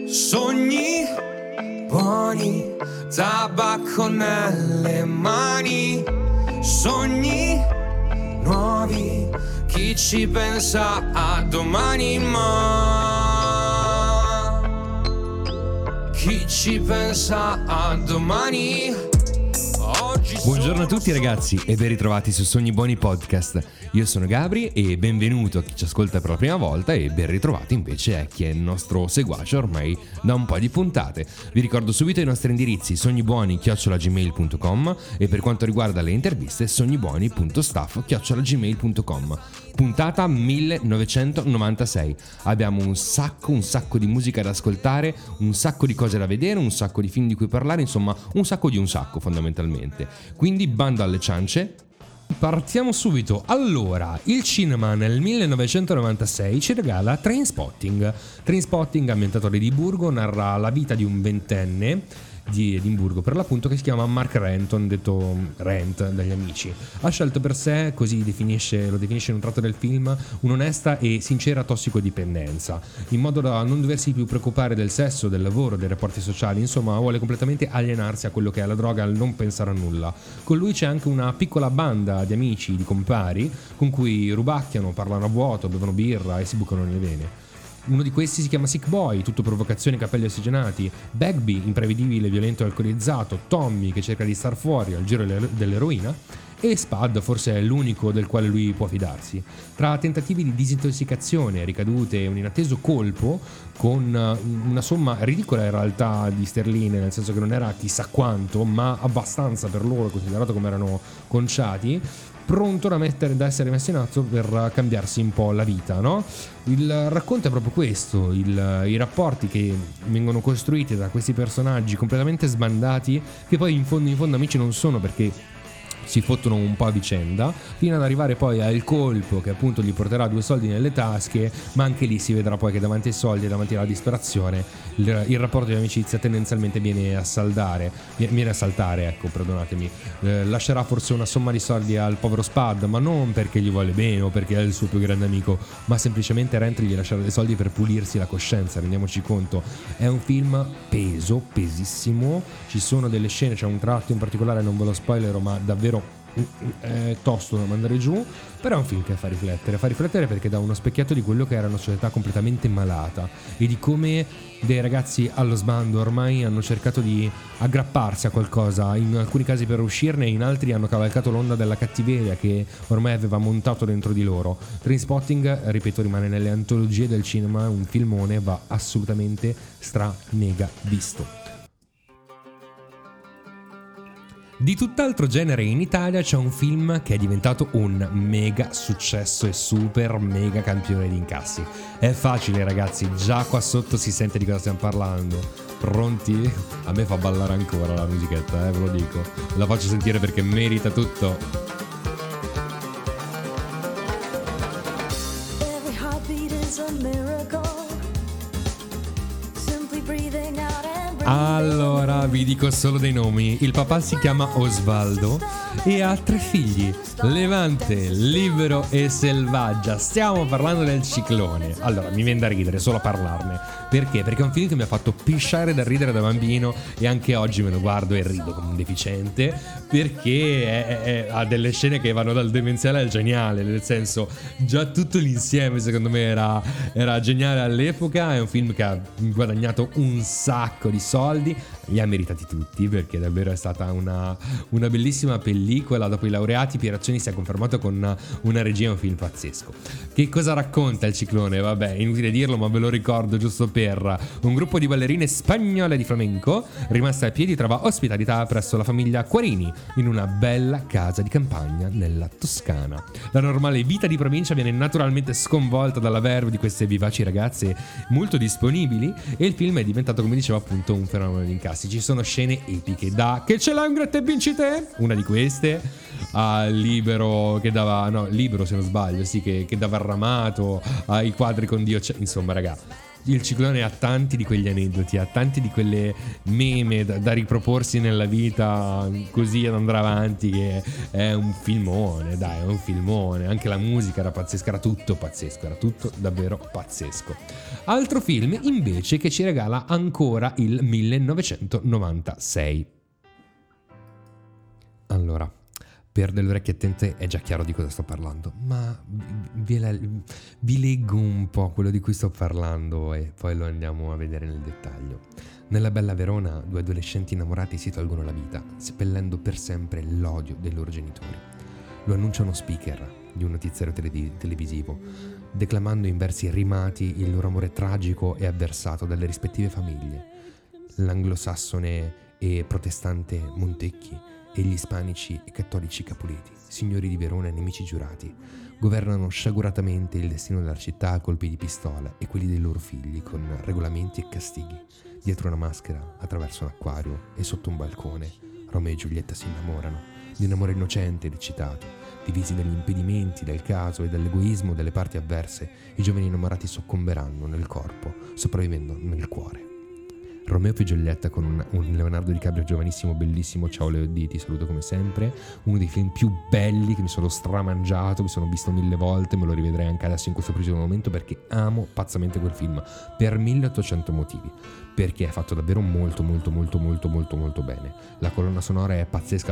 Sogni buoni, tabacco nelle mani, sogni nuovi, chi ci pensa a domani, ma chi ci pensa a domani? Buongiorno a tutti ragazzi e ben ritrovati su Sogni Buoni Podcast. Io sono Gabri e benvenuto a chi ci ascolta per la prima volta e ben ritrovati invece a chi è il nostro seguace ormai da un po' di puntate. Vi ricordo subito i nostri indirizzi: sognibuoni@gmail.com e per quanto riguarda le interviste sognibuoni.staff@gmail.com. Puntata 1996. Abbiamo un sacco di musica da ascoltare, un sacco di cose da vedere, un sacco di film di cui parlare, insomma un sacco di un sacco fondamentalmente. Quindi bando alle ciance. Partiamo subito. Allora, il cinema nel 1996 ci regala Trainspotting. Trainspotting, ambientato ad Edimburgo, narra la vita di un ventenne di Edimburgo, per l'appunto, che si chiama Mark Renton, detto Rent dagli amici. Ha scelto per sé, così lo definisce in un tratto del film, un'onesta e sincera tossicodipendenza, in modo da non doversi più preoccupare del sesso, del lavoro, dei rapporti sociali. Insomma, vuole completamente alienarsi a quello che è la droga, al non pensare a nulla. Con lui c'è anche una piccola banda di amici, di compari, con cui rubacchiano, parlano a vuoto, bevono birra e si bucano le vene. Uno di questi si chiama Sick Boy, tutto provocazioni e capelli ossigenati; Bagby, imprevedibile, violento e alcolizzato; Tommy, che cerca di star fuori al giro dell'eroina; e Spud, forse è l'unico del quale lui può fidarsi. Tra tentativi di disintossicazione, ricadute e un inatteso colpo, con una somma ridicola in realtà di sterline, nel senso che non era chissà quanto, ma abbastanza per loro, considerato come erano conciati, pronto da essere messo in atto per cambiarsi un po' la vita, no? Il racconto è proprio questo, i rapporti che vengono costruiti da questi personaggi completamente sbandati, che poi in fondo amici non sono, perché si fottono un po' a vicenda, fino ad arrivare poi al colpo che appunto gli porterà 2 soldi nelle tasche, ma anche lì si vedrà poi che davanti ai soldi e davanti alla disperazione il rapporto di amicizia tendenzialmente viene a saltare, ecco, perdonatemi. Lascerà forse una somma di soldi al povero Spud, ma non perché gli vuole bene o perché è il suo più grande amico, ma semplicemente Rent gli lascerà dei soldi per pulirsi la coscienza. Rendiamoci conto, è un film pesissimo, ci sono delle scene, c'è un tratto in particolare, non ve lo spoilerò, ma davvero tosto da mandare giù, però è un film che fa riflettere perché dà uno specchietto di quello che era una società completamente malata e di come dei ragazzi allo sbando ormai hanno cercato di aggrapparsi a qualcosa, in alcuni casi per uscirne, in altri hanno cavalcato l'onda della cattiveria che ormai aveva montato dentro di loro. Trainspotting, ripeto, rimane nelle antologie del cinema, un filmone, va assolutamente mega visto. Di tutt'altro genere in Italia c'è un film che è diventato un mega successo e super mega campione di incassi. È facile ragazzi, già qua sotto si sente di cosa stiamo parlando. Pronti? A me fa ballare ancora la musichetta, ve lo dico. La faccio sentire perché merita tutto. Every heartbeat is a miracle. Simply breathing out and Allora, vi dico solo dei nomi. Il papà si chiama Osvaldo e ha 3 figli: Levante, Libero e Selvaggia. Stiamo parlando del Ciclone. Allora, mi viene da ridere solo a parlarne. Perché? Perché è un film che mi ha fatto pisciare da ridere da bambino e anche oggi me lo guardo e rido come un deficiente, perché ha delle scene che vanno dal demenziale al geniale, nel senso, già tutto l'insieme secondo me era geniale all'epoca. È un film che ha guadagnato un sacco di soldi, li ha meritati tutti, perché davvero è stata una bellissima pellicola. Dopo i laureati, Pieraccioni si è confermato con una regia e un film pazzesco. Che cosa racconta il Ciclone? Vabbè, inutile dirlo, ma ve lo ricordo giusto per un gruppo di ballerine spagnole di flamenco rimaste a piedi trova ospitalità presso la famiglia Quarini in una bella casa di campagna nella Toscana. La normale vita di provincia viene naturalmente sconvolta dalla verve di queste vivaci ragazze molto disponibili e il film è diventato, come dicevo appunto, un fenomeno di incassi. Ci sono scene epiche, da Che ce l'hai un gratta e vinci te? Una di queste, a Libero che dava, no, Libero se non sbaglio, sì, che dava il ramato, ai quadri con Dio, insomma raga, il ciclone ha tanti di quegli aneddoti, ha tanti di quelle meme da riproporsi nella vita così ad andare avanti, che è un filmone, dai, è un filmone. Anche la musica era pazzesca, era tutto pazzesco, era tutto davvero pazzesco. Altro film invece che ci regala ancora il 1996. Allora, per delle orecchie attente è già chiaro di cosa sto parlando, ma vi leggo un po' quello di cui sto parlando e poi lo andiamo a vedere nel dettaglio. Nella bella Verona, due adolescenti innamorati si tolgono la vita, seppellendo per sempre l'odio dei loro genitori. Lo annuncia uno speaker di un notiziario televisivo, declamando in versi rimati il loro amore tragico e avversato dalle rispettive famiglie. L'anglosassone e protestante Montecchi e gli ispanici e cattolici Capuleti, signori di Verona e nemici giurati, governano sciaguratamente il destino della città a colpi di pistola e quelli dei loro figli con regolamenti e castighi. Dietro una maschera, attraverso un acquario e sotto un balcone, Romeo e Giulietta si innamorano di un amore innocente ed eccitato. Divisi dagli impedimenti del caso e dall'egoismo delle parti avverse, i giovani innamorati soccomberanno nel corpo, sopravvivendo nel cuore. Romeo e Giulietta con un Leonardo DiCaprio giovanissimo, bellissimo. Ciao Leo D, ti saluto come sempre. Uno dei film più belli che mi sono stramangiato, mi sono visto 1000 volte, me lo rivedrei anche adesso in questo preciso momento, perché amo pazzamente quel film per 1800 motivi, perché è fatto davvero molto bene. La colonna sonora è pazzesca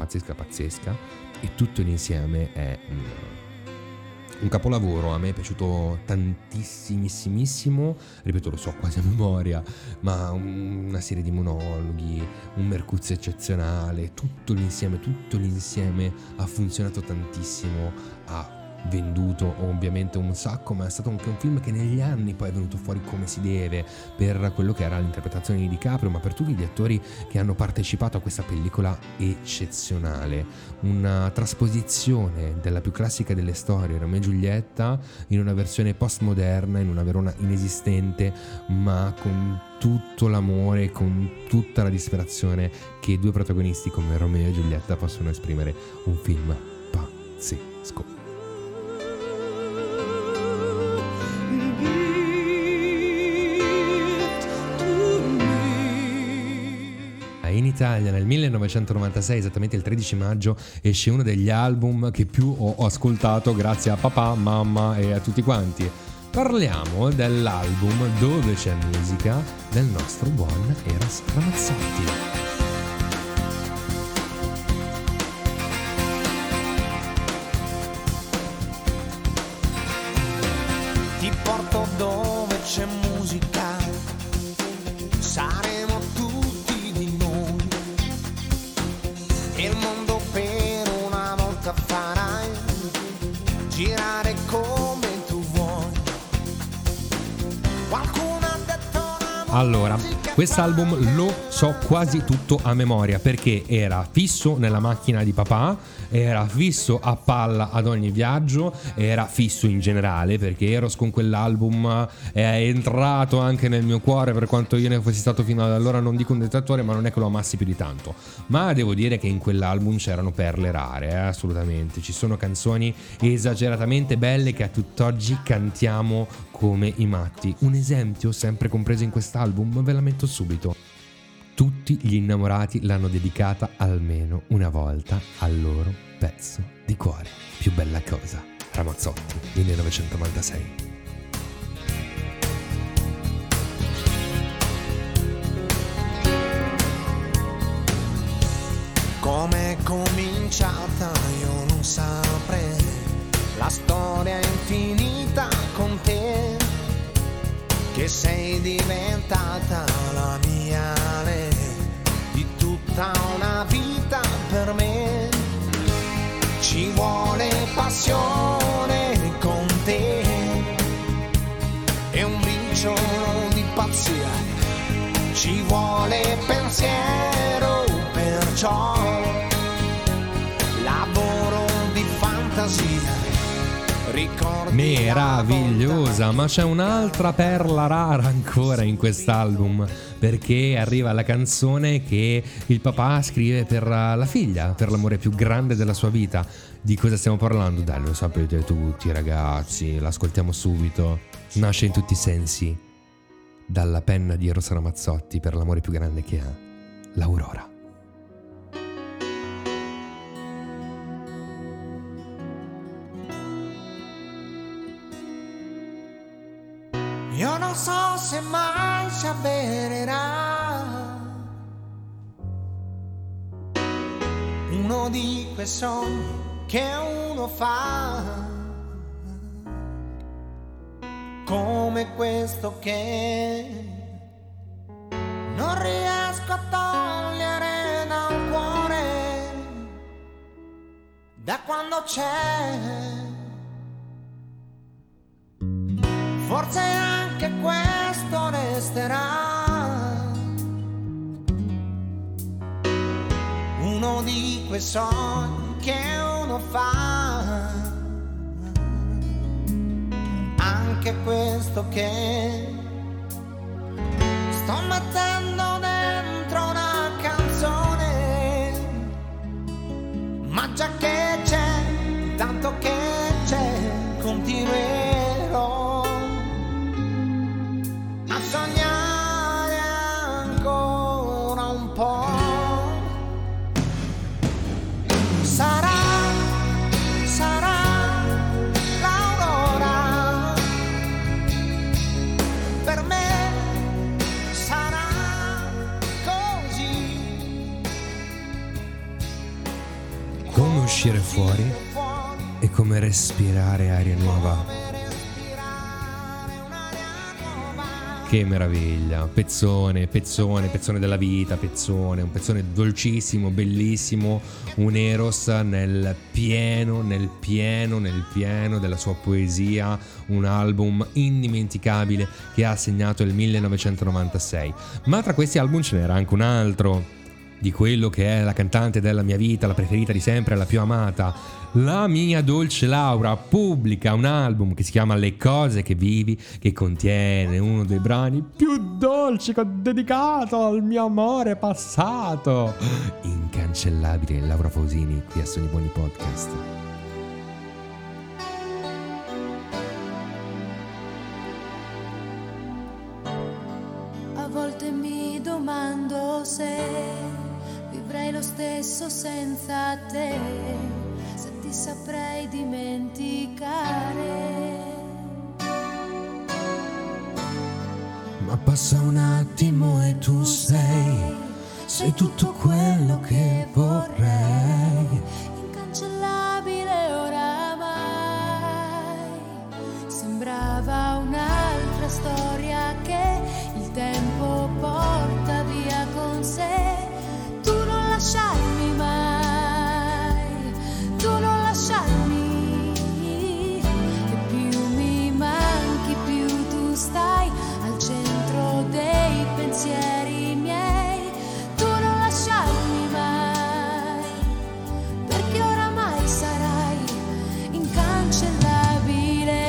e tutto l'insieme è un capolavoro. A me è piaciuto tantissimissimo, ripeto, lo so quasi a memoria, ma una serie di monologhi, un Mercuzio eccezionale, tutto l'insieme ha funzionato tantissimo, ha venduto ovviamente un sacco, ma è stato anche un film che negli anni poi è venuto fuori come si deve, per quello che era l'interpretazione di DiCaprio, ma per tutti gli attori che hanno partecipato a questa pellicola eccezionale. Una trasposizione della più classica delle storie, Romeo e Giulietta, in una versione postmoderna, in una Verona inesistente, ma con tutto l'amore, con tutta la disperazione che due protagonisti come Romeo e Giulietta possono esprimere. Un film pazzesco. In Italia nel 1996, esattamente il 13 maggio, esce uno degli album che più ho ascoltato grazie a papà, mamma e a tutti quanti. Parliamo dell'album Dove c'è musica del nostro buon Eros Ramazzotti. Ti porto dove c'è musica, saremo tutti di noi, e il mondo per una volta farai girare come tu vuoi. Qualcuno ha detto una Allora, quest'album lo so quasi tutto a memoria, perché era fisso nella macchina di papà, era fisso a palla ad ogni viaggio, era fisso in generale, perché Eros con quell'album è entrato anche nel mio cuore, per quanto io ne fossi stato fino ad allora non dico un detrattore, ma non è che lo amassi più di tanto. Ma devo dire che in quell'album c'erano perle rare, assolutamente. Ci sono canzoni esageratamente belle che a tutt'oggi cantiamo come i matti. Un esempio sempre compreso in quest'album, ve la metto subito. Tutti gli innamorati l'hanno dedicata almeno una volta al loro pezzo di cuore. Più bella cosa. Ramazzotti, 1996. Com'è cominciata io non saprei, la storia è infinita con te, che sei diventata la mia re, di tutta una vita per me. Ci vuole passione con te e un briciolo di pazzia, ci vuole pensiero, perciò lavoro di fantasia. Meravigliosa, ma c'è un'altra perla rara ancora in quest'album, perché arriva la canzone che il papà scrive per la figlia, per l'amore più grande della sua vita. Di cosa stiamo parlando? Dai, lo sapete tutti ragazzi, l'ascoltiamo subito. Nasce in tutti i sensi dalla penna di Eros Ramazzotti per l'amore più grande che ha, l'Aurora. Io non so se mai si avvererà uno di quei sogni che uno fa, come questo che non riesco a togliere dal cuore da quando c'è. Forse anche questo resterà uno di quei sogni che uno fa, anche questo che sto mettendo dentro una canzone, ma già che c'è, tanto che c'è, continuerò a sognare ancora un po'. Sarà l'aurora, per me sarà così. Come uscire fuori e come respirare aria nuova. Che meraviglia, pezzone della vita, un pezzone dolcissimo, bellissimo, un Eros nel pieno della sua poesia, un album indimenticabile che ha segnato il 1996. Ma tra questi album ce n'era anche un altro, di quello che è la cantante della mia vita, la preferita di sempre, la più amata. La mia dolce Laura pubblica un album che si chiama Le cose che vivi, che contiene uno dei brani più dolci che ho dedicato al mio amore passato. Incancellabile Laura Pausini qui a Sogni Buoni Podcast. A volte mi domando se vivrei lo stesso senza te, se ti saprei dimenticare. Ma passa un attimo e tu sei tutto quello che vorrei. Incancellabile oramai, sembrava un'altra storia che il tempo porta via con sé. Tu non lasciarmi mai, tu non lasciarmi, che più mi manchi più tu stai al centro dei pensieri miei. Tu non lasciarmi mai, perché oramai sarai incancellabile.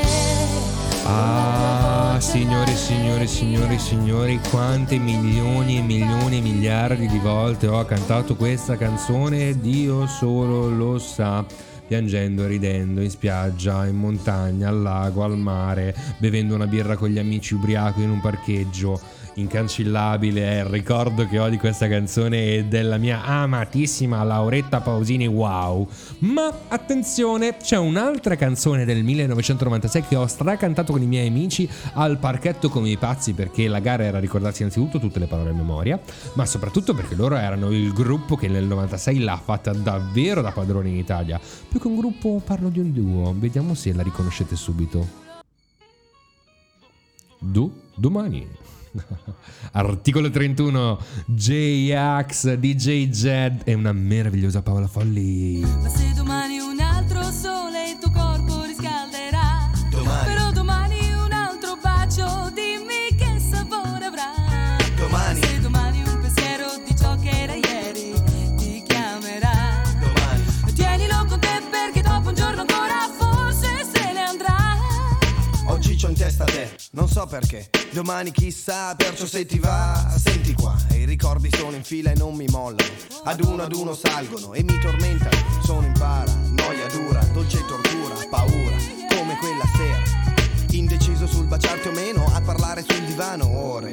Ah, signori, quante milioni e miliardi di volte ho cantato questa canzone, Dio solo lo sa. Piangendo e ridendo, in spiaggia, in montagna, al lago, al mare, bevendo una birra con gli amici ubriaco in un parcheggio. Incancellabile è il ricordo che ho di questa canzone e della mia amatissima Lauretta Pausini, wow. Ma attenzione, c'è un'altra canzone del 1996 che ho stracantato con i miei amici al parchetto come i pazzi, perché la gara era ricordarsi innanzitutto tutte le parole a memoria, ma soprattutto perché loro erano il gruppo che nel 96 l'ha fatta davvero da padrone in Italia. Più che un gruppo parlo di un duo, vediamo se la riconoscete subito. Domani. Articolo 31, J-Ax, DJ Jed e una meravigliosa Paola Folli. Ma se domani un altro sole il tuo corpo riscalderà, però domani un altro bacio, dimmi che sapore avrà. Se domani un pensiero di ciò che era ieri ti chiamerà, tienilo con te perché dopo un giorno ancora forse se ne andrà. Oggi c'ho in testa te, non so perché, domani chissà, perciò se ti va, senti qua, i ricordi sono in fila e non mi mollano, ad uno salgono e mi tormentano, sono in noia dura, dolce tortura, paura, come quella sera, indeciso sul baciarti o meno, a parlare sul divano, ore,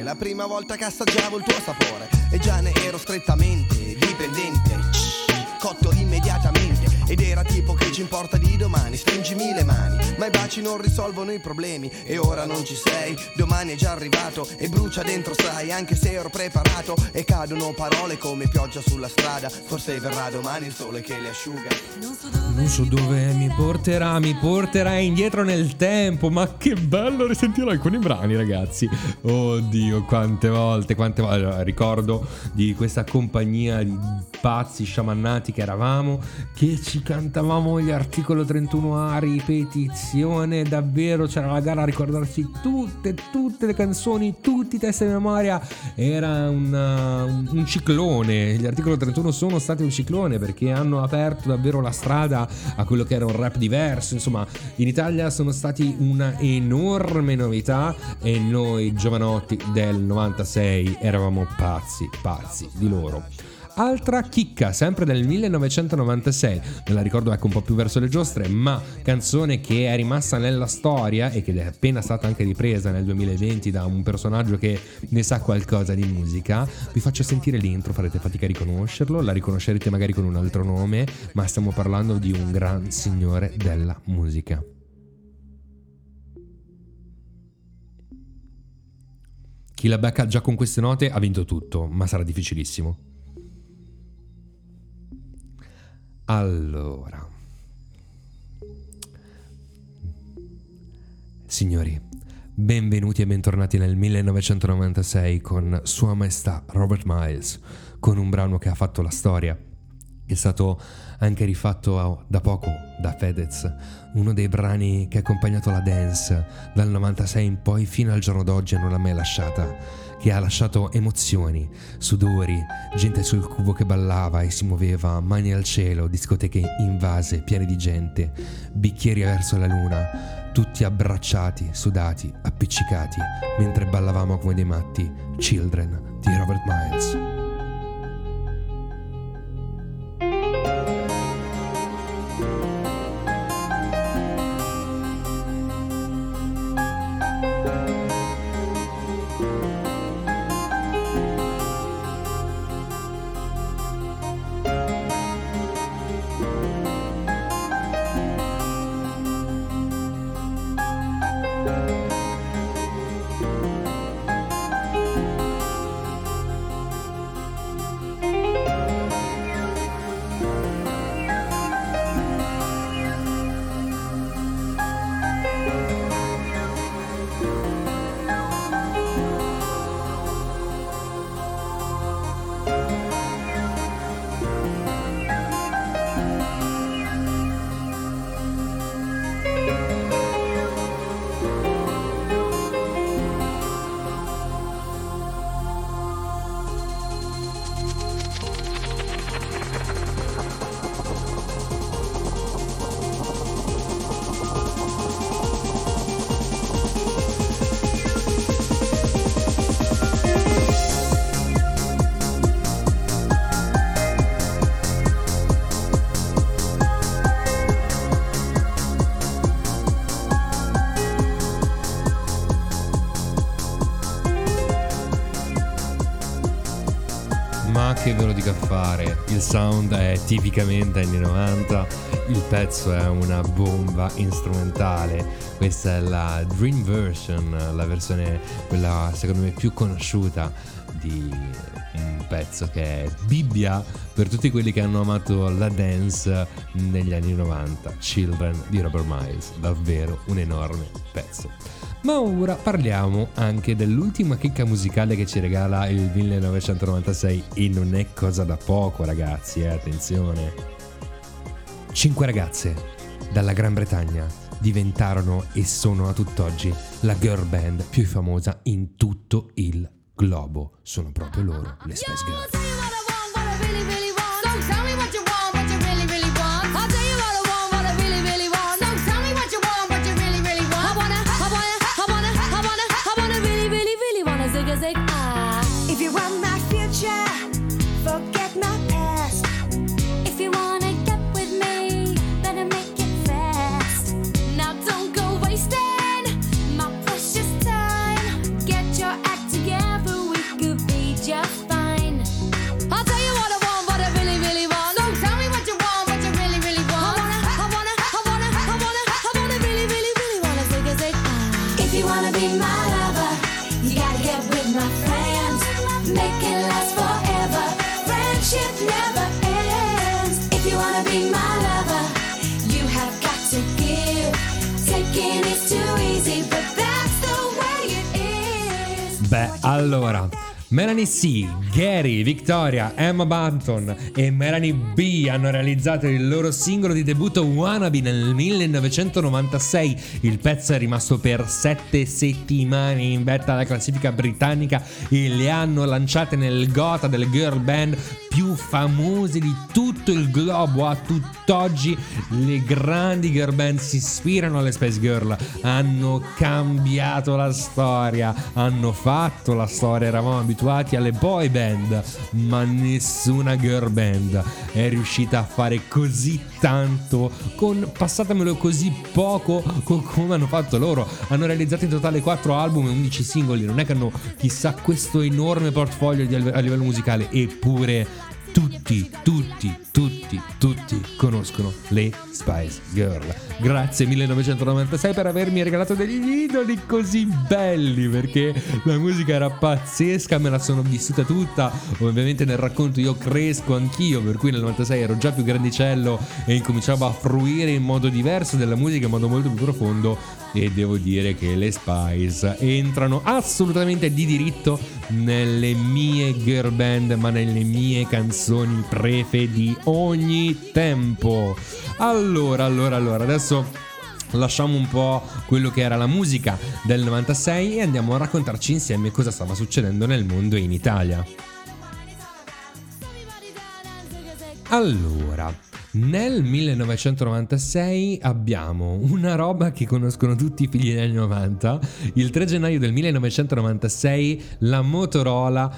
la prima volta che assaggiavo il tuo sapore e già ne ero strettamente dipendente, cotto immediatamente. Ed era tipo che ci importa di domani, stringimi le mani, ma i baci non risolvono i problemi. E ora non ci sei, domani è già arrivato e brucia dentro sai, anche se ero preparato. E cadono parole come pioggia sulla strada, forse verrà domani il sole che le asciuga. Non so dove mi porterà indietro nel tempo. Ma che bello risentire alcuni brani, ragazzi. Oddio, quante volte. Allora, ricordo di questa compagnia di pazzi sciamannati che eravamo, che ci cantavamo gli Articolo 31 a ripetizione. Davvero c'era la gara a ricordarsi tutte le canzoni, tutti i testi di memoria. Era un ciclone. Gli Articolo 31 sono stati un ciclone perché hanno aperto davvero la strada a quello che era un rap diverso. Insomma, in Italia sono stati una enorme novità e noi giovanotti del 96 eravamo pazzi di loro. Altra chicca, sempre del 1996, me la ricordo ecco un po' più verso le giostre, ma canzone che è rimasta nella storia e che è appena stata anche ripresa nel 2020 da un personaggio che ne sa qualcosa di musica. Vi faccio sentire l'intro, farete fatica a riconoscerlo, la riconoscerete magari con un altro nome, ma stiamo parlando di un gran signore della musica. Chi la becca già con queste note ha vinto tutto, ma sarà difficilissimo. Allora, signori, benvenuti e bentornati nel 1996 con Sua Maestà Robert Miles, con un brano che ha fatto la storia. È stato anche rifatto da poco da Fedez, uno dei brani che ha accompagnato la dance dal 96 in poi fino al giorno d'oggi e non l'ha mai lasciata, che ha lasciato emozioni, sudori, gente sul cubo che ballava e si muoveva, mani al cielo, discoteche invase, piene di gente, bicchieri verso la luna, tutti abbracciati, sudati, appiccicati, mentre ballavamo come dei matti. Children di Robert Miles. Che ve lo dico a fare, il sound è tipicamente anni 90, il pezzo è una bomba strumentale. Questa è la Dream Version, la versione quella secondo me più conosciuta di un pezzo che è Bibbia per tutti quelli che hanno amato la dance negli anni 90. Children di Robert Miles, davvero un enorme pezzo. Ma ora parliamo anche dell'ultima chicca musicale che ci regala il 1996 e non è cosa da poco, ragazzi, attenzione. 5 ragazze dalla Gran Bretagna diventarono e sono a tutt'oggi la girl band più famosa in tutto il globo. Sono proprio loro, le Spice Girls. If you want my future, forget my past. If you wanna get with me, better make it fast. Now don't go wasting my precious time. Get your act together. Allora, Melanie C, Gary, Victoria, Emma Bunton e Melanie B hanno realizzato il loro singolo di debutto Wannabe nel 1996. Il pezzo è rimasto per 7 settimane in vetta alla classifica britannica e le hanno lanciate nel gotha delle girl band più famose di tutto il globo. A tutt'oggi le grandi girl band si ispirano alle Spice Girl, hanno cambiato la storia, hanno fatto la storia. Eravamo abituati alle boy band, ma nessuna girl band è riuscita a fare così tanto con, passatemelo, così poco come hanno fatto loro. Hanno realizzato in totale 4 album e 11 singoli. Non è che hanno chissà questo enorme portfolio a livello musicale, eppure tutti conoscono le Spice Girl. Grazie 1996 per avermi regalato degli idoli così belli, perché la musica era pazzesca, me la sono vissuta tutta. Ovviamente nel racconto io cresco anch'io, per cui nel 96 ero già più grandicello e incominciavo a fruire in modo diverso della musica, in modo molto più profondo, e devo dire che le Spice entrano assolutamente di diritto nelle mie girl band, ma nelle mie canzoni prefe di ogni tempo. Allora, adesso lasciamo un po' quello che era la musica del 96 e andiamo a raccontarci insieme cosa stava succedendo nel mondo e in Italia. Allora, nel 1996 abbiamo una roba che conoscono tutti i figli degli anni 90. Il 3 gennaio del 1996 la Motorola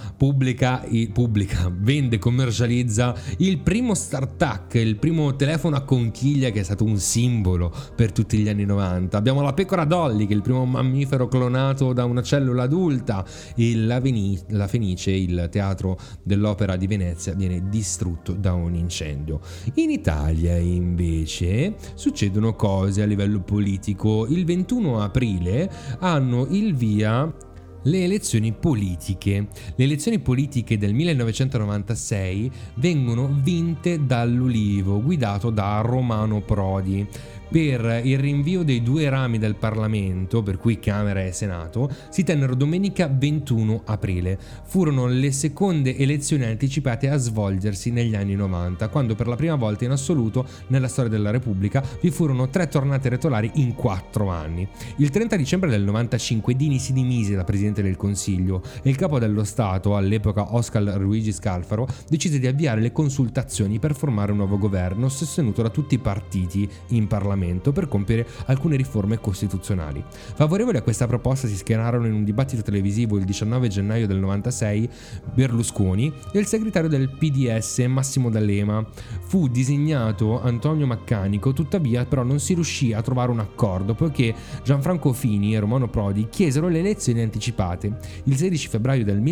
vende, commercializza il primo StarTAC, il primo telefono a conchiglia che è stato un simbolo per tutti gli anni 90. Abbiamo la pecora Dolly, che è il primo mammifero clonato da una cellula adulta, e la Fenice, il teatro dell'opera di Venezia, viene distrutto da un incendio. In Italia invece succedono cose a livello politico. Il 21 aprile hanno il via le elezioni politiche. Le elezioni politiche del 1996 vengono vinte dall'Ulivo, guidato da Romano Prodi. Per il rinvio dei 2 rami del Parlamento, per cui Camera e Senato, si tennero domenica 21 aprile. Furono le seconde elezioni anticipate a svolgersi negli anni 90, quando per la prima volta in assoluto nella storia della Repubblica vi furono 3 tornate elettorali in 4 anni. Il 30 dicembre del 95 Dini si dimise da Presidente del Consiglio e il Capo dello Stato, all'epoca Oscar Luigi Scalfaro, decise di avviare le consultazioni per formare un nuovo governo sostenuto da tutti i partiti in Parlamento per compiere alcune riforme costituzionali. Favorevoli a questa proposta si schierarono in un dibattito televisivo il 19 gennaio del 96 Berlusconi e il segretario del PDS Massimo D'Alema. Fu designato Antonio Maccanico, tuttavia però non si riuscì a trovare un accordo, poiché Gianfranco Fini e Romano Prodi chiesero le elezioni anticipate. Il 16 febbraio del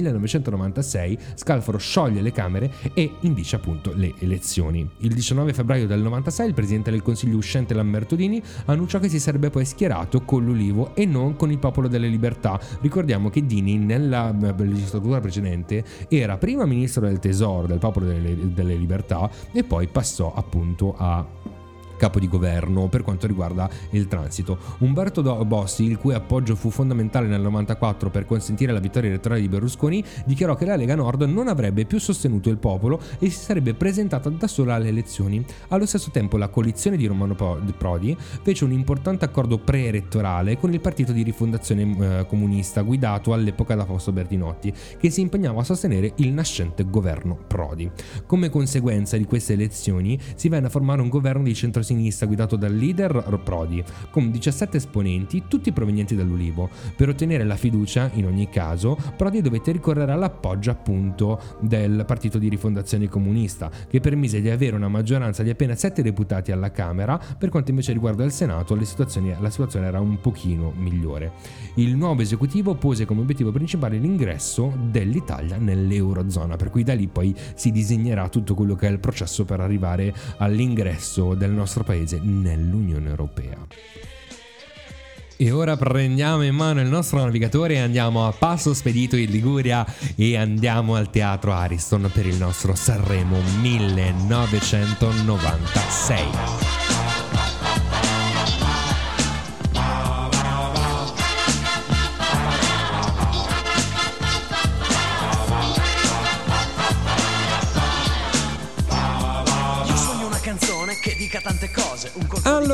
1996 Scalfaro scioglie le Camere e indice appunto le elezioni. Il 19 febbraio del 96 il Presidente del Consiglio uscente Lamberto Dini annunciò che si sarebbe poi schierato con l'Ulivo e non con il Popolo delle Libertà. Ricordiamo che Dini nella legislatura precedente era prima ministro del Tesoro del Popolo delle Libertà e poi passò appunto a capo di governo per quanto riguarda il transito. Umberto Bossi, il cui appoggio fu fondamentale nel 94 per consentire la vittoria elettorale di Berlusconi, dichiarò che la Lega Nord non avrebbe più sostenuto il popolo e si sarebbe presentata da sola alle elezioni. Allo stesso tempo la coalizione di Romano Prodi fece un importante accordo preelettorale con il partito di rifondazione comunista guidato all'epoca da Fausto Bertinotti, che si impegnava a sostenere il nascente governo Prodi. Come conseguenza di queste elezioni si venne a formare un governo di centrosinistra guidato dal leader Prodi, con 17 esponenti, tutti provenienti dall'Ulivo. Per ottenere la fiducia, in ogni caso, Prodi dovette ricorrere all'appoggio appunto del partito di rifondazione comunista, che permise di avere una maggioranza di appena 7 deputati alla Camera. Per quanto invece riguarda il Senato, la situazione era un pochino migliore. Il nuovo esecutivo pose come obiettivo principale l'ingresso dell'Italia nell'Eurozona, per cui da lì poi si disegnerà tutto quello che è il processo per arrivare all'ingresso del nostro paese nell'Unione Europea. E ora prendiamo in mano il nostro navigatore e andiamo a passo spedito in Liguria e andiamo al Teatro Ariston per il nostro Sanremo 1996.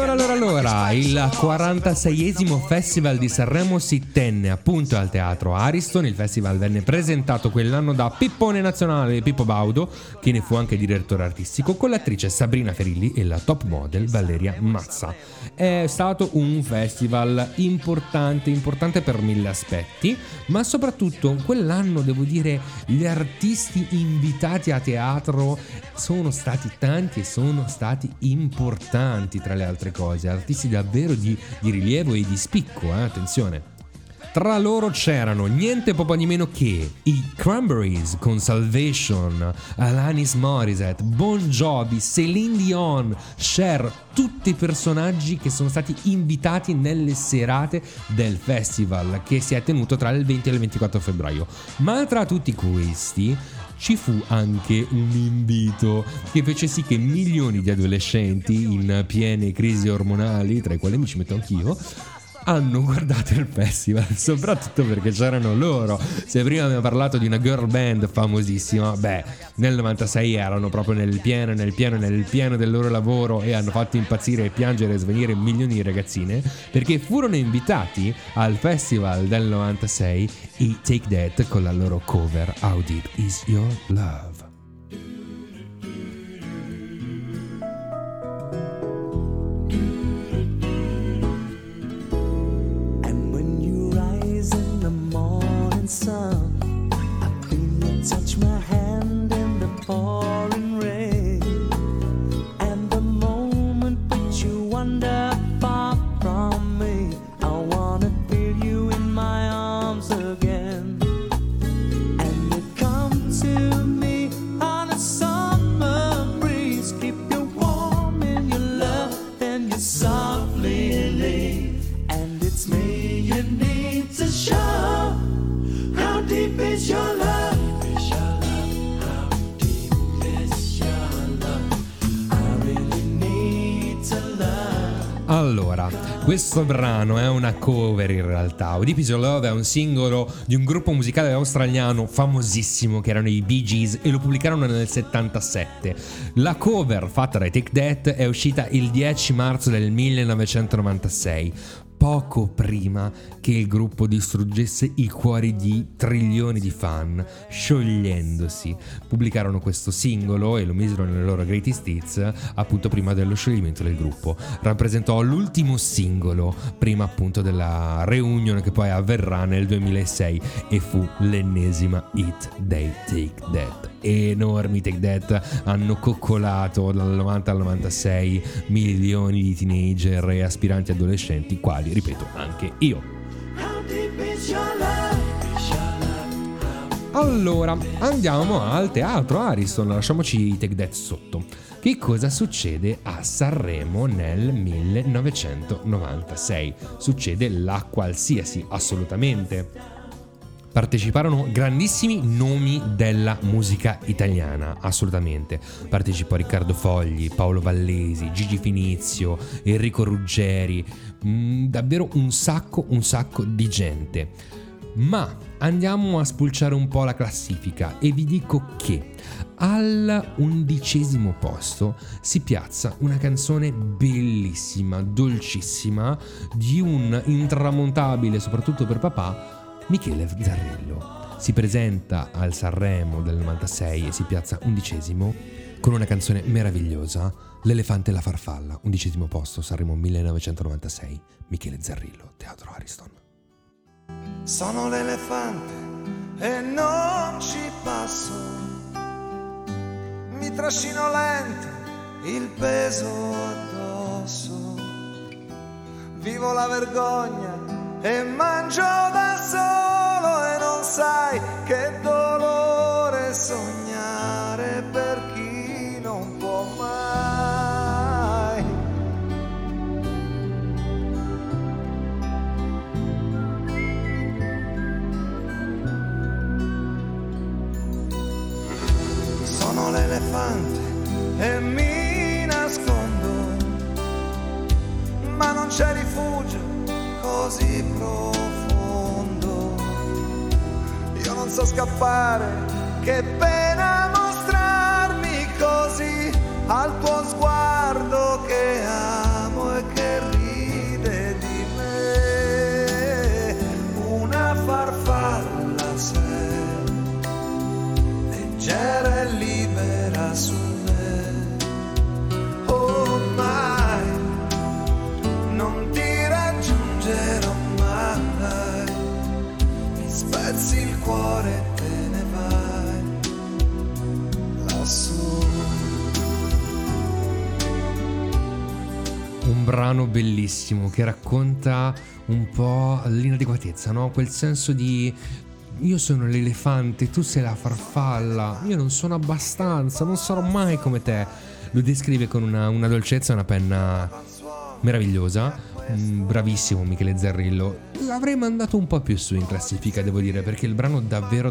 Allora, il 46esimo Festival di Sanremo si tenne appunto al Teatro Ariston. Il festival venne presentato quell'anno da Pippone Nazionale Pippo Baudo, che ne fu anche direttore artistico, con l'attrice Sabrina Ferilli e la top model Valeria Mazza. È stato un festival importante per mille aspetti, ma soprattutto quell'anno devo dire gli artisti invitati a teatro sono stati tanti e sono stati importanti, tra le altre cose, artisti davvero di rilievo e di spicco, attenzione. Tra loro c'erano niente poco di meno che i Cranberries con Salvation, Alanis Morissette, Bon Jovi, Céline Dion, Cher, tutti i personaggi che sono stati invitati nelle serate del festival che si è tenuto tra il 20 e il 24 febbraio. Ma tra tutti questi ci fu anche un invito che fece sì che milioni di adolescenti in piene crisi ormonali, tra i quali mi ci metto anch'io, hanno guardato il festival, soprattutto perché c'erano loro. Se prima abbiamo parlato di una girl band famosissima, nel 96 erano proprio nel pieno del loro lavoro e hanno fatto impazzire e piangere e svenire milioni di ragazzine, perché furono invitati al festival del 96 i Take That con la loro cover How Deep Is Your Love. Sun, I feel you touch my hand in the pouring rain, and the moment that you wander far from me, I wanna feel you in my arms again. And you come to me on a summer breeze, keep you warm in your love, then you softly leave, and it's me you need to show. How deep is your love? How deep is your love? I really need to love. Allora, questo brano è una cover in realtà. How Deep Is Your Love è un singolo di un gruppo musicale australiano famosissimo che erano i Bee Gees e lo pubblicarono nel 77. La cover fatta dai Take That è uscita il 10 marzo del 1996. Poco prima che il gruppo distruggesse i cuori di trilioni di fan, sciogliendosi. Pubblicarono questo singolo e lo misero nelle loro greatest hits appunto prima dello scioglimento del gruppo. Rappresentò l'ultimo singolo prima appunto della reunion che poi avverrà nel 2006 e fu l'ennesima hit dei Take That. Enormi Take That hanno coccolato dal 90 al 96 milioni di teenager e aspiranti adolescenti, quali, ripeto, anche io. Allora, andiamo al Teatro Ariston, lasciamoci i Take That sotto. Che cosa succede a Sanremo nel 1996? Succede la qualsiasi, assolutamente. Parteciparono grandissimi nomi della musica italiana, assolutamente. Partecipò Riccardo Fogli, Paolo Vallesi, Gigi Finizio, Enrico Ruggeri, davvero un sacco di gente. Ma andiamo a spulciare un po' la classifica e vi dico che al 11° posto si piazza una canzone bellissima, dolcissima, di un intramontabile, soprattutto per papà, Michele Zarrillo. Si presenta al Sanremo del 96 e si piazza 11° con una canzone meravigliosa, L'elefante e la farfalla. 11° posto, Sanremo 1996, Michele Zarrillo, Teatro Ariston. Sono l'elefante e non ci passo, mi trascino lento il peso addosso, vivo la vergogna e mangio da solo e non sai che dolore sognare per chi non può mai. Sono l'elefante e mi nascondo, ma non c'è rifugio così profondo. Io non so scappare, che pena mostrarmi così al tuo sguardo che amo e che brano bellissimo che racconta un po' l'inadeguatezza, no? Quel senso di io sono l'elefante, tu sei la farfalla, io non sono abbastanza, non sarò mai come te. Lo descrive con una dolcezza e una penna meravigliosa. Bravissimo Michele Zarrillo. L'avrei mandato un po' più su in classifica, devo dire, perché il brano davvero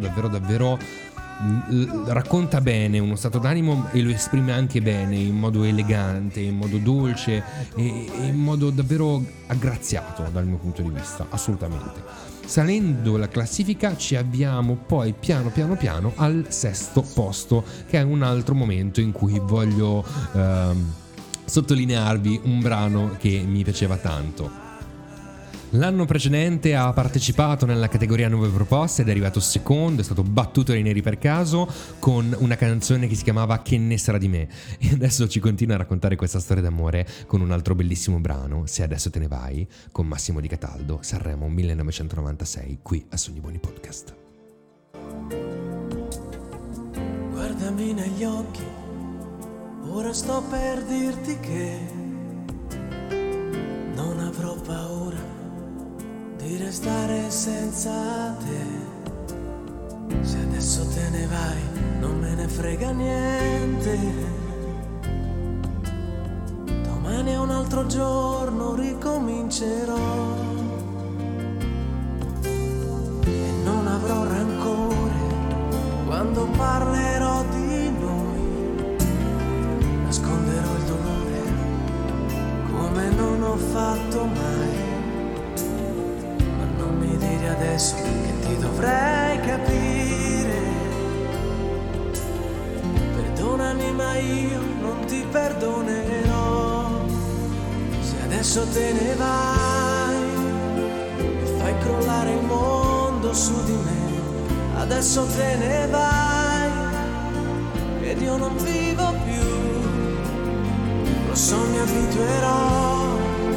racconta bene uno stato d'animo e lo esprime anche bene, in modo elegante, in modo dolce e in modo davvero aggraziato dal mio punto di vista, assolutamente. Salendo la classifica ci avviamo poi piano al 6° posto, che è un altro momento in cui voglio sottolinearvi un brano che mi piaceva tanto. L'anno precedente ha partecipato nella categoria nuove proposte ed è arrivato secondo, è stato battuto dai Neri per caso con una canzone che si chiamava Che ne sarà di me, e adesso ci continua a raccontare questa storia d'amore con un altro bellissimo brano, Se adesso te ne vai, con Massimo Di Cataldo, Sanremo 1996, qui a Sogni Buoni Podcast. Guardami negli occhi, ora sto per dirti che non avrò paura di restare senza te. Se adesso te ne vai, non me ne frega niente. Domani è un altro giorno, ricomincerò e non avrò rancore quando parlerò di noi. Nasconderò il dolore come non ho fatto mai. Mi dire adesso che ti dovrei capire. Perdonami ma io non ti perdonerò. Se adesso te ne vai e fai crollare il mondo su di me, adesso te ne vai ed io non vivo più. Lo so, mi abituerò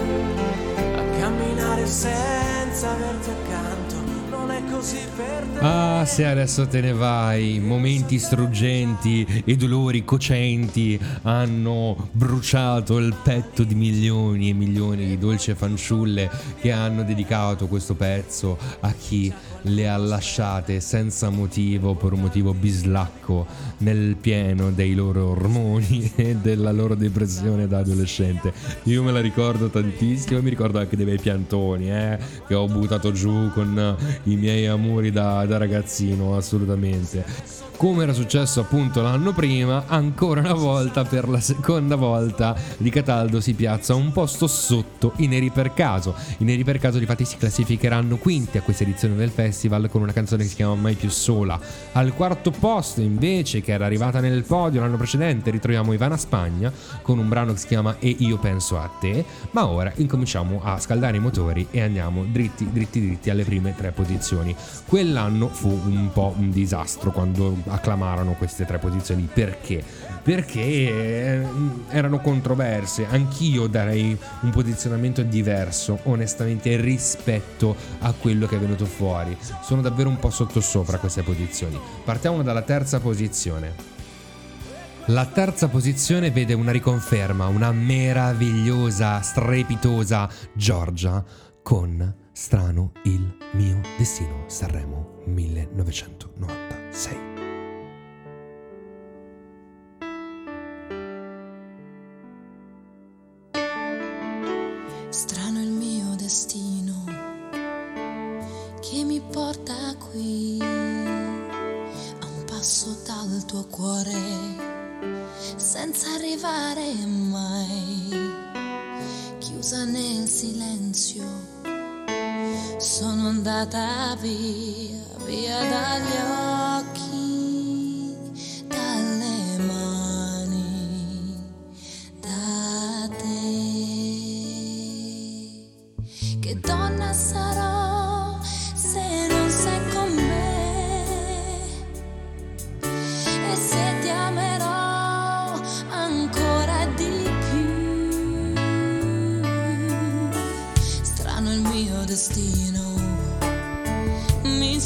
a camminare senza averti accanto, non è così per te. Ah, se adesso te ne vai, momenti struggenti e dolori cocenti hanno bruciato il petto di milioni e milioni di dolci fanciulle che hanno dedicato questo pezzo a chi le ha lasciate senza motivo, per un motivo bislacco, nel pieno dei loro ormoni e della loro depressione da adolescente. Io me la ricordo tantissimo, mi ricordo anche dei miei piantoni che ho buttato giù con i miei amori da ragazzino, assolutamente. Come era successo appunto l'anno prima, ancora una volta, per la seconda volta, Di Cataldo si piazza un posto sotto i Neri per caso. I Neri per caso difatti si classificheranno quinti a questa edizione del festival con una canzone che si chiama Mai più sola. Al 4° posto invece, che era arrivata nel podio l'anno precedente, ritroviamo Ivana Spagna con un brano che si chiama E io penso a te. Ma ora incominciamo a scaldare i motori e andiamo dritti alle prime 3 posizioni. Quell'anno fu un po' un disastro quando acclamarono queste 3 posizioni. Perché? Perché erano controverse. Anch'io darei un posizionamento diverso, onestamente, rispetto a quello che è venuto fuori. Sono davvero un po' sottosopra queste posizioni. Partiamo dalla 3ª posizione. La 3ª posizione vede una riconferma, una meravigliosa, strepitosa Giorgia con Strano il mio destino, Sanremo 1996. Strano il mio destino che mi porta qui, a un passo dal tuo cuore, senza arrivare mai, chiusa nel silenzio, sono andata via dagli occhi, dalle mani, da te. Che donna sarò se non sei con me, e se ti amerò ancora di più. Strano il mio destino, mi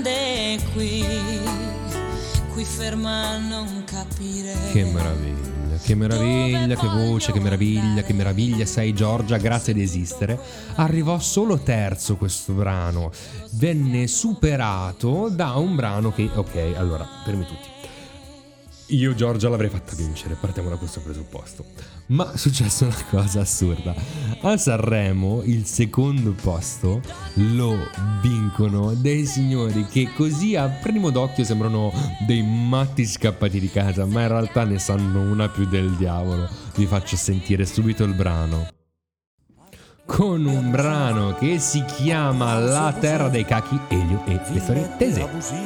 sorprende qui ferma a non capire. Che meraviglia, che meraviglia, che voce, che meraviglia sei Giorgia, grazie di esistere. Arrivò solo terzo questo brano, venne superato da un brano che, ok, allora, fermi tutti. Io Giorgia l'avrei fatta vincere, partiamo da questo presupposto. Ma è successa una cosa assurda. A Sanremo il secondo posto lo vincono dei signori che così a primo d'occhio sembrano dei matti scappati di casa, ma in realtà ne sanno una più del diavolo. Vi faccio sentire subito il brano. Con un brano che si chiama La terra dei cachi, Elio e le storie tese.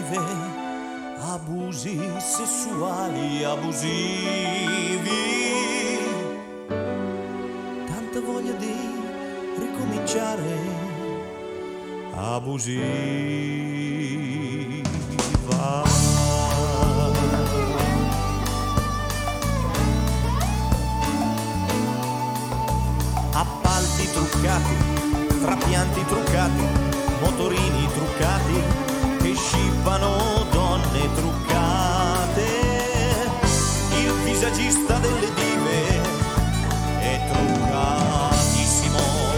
Abusi sessuali abusivi, tanta voglia di ricominciare abusiva. Appalti truccati, trapianti truccati, motorini truccati che scippano donne truccate. Il visagista delle dive è truccatissimo.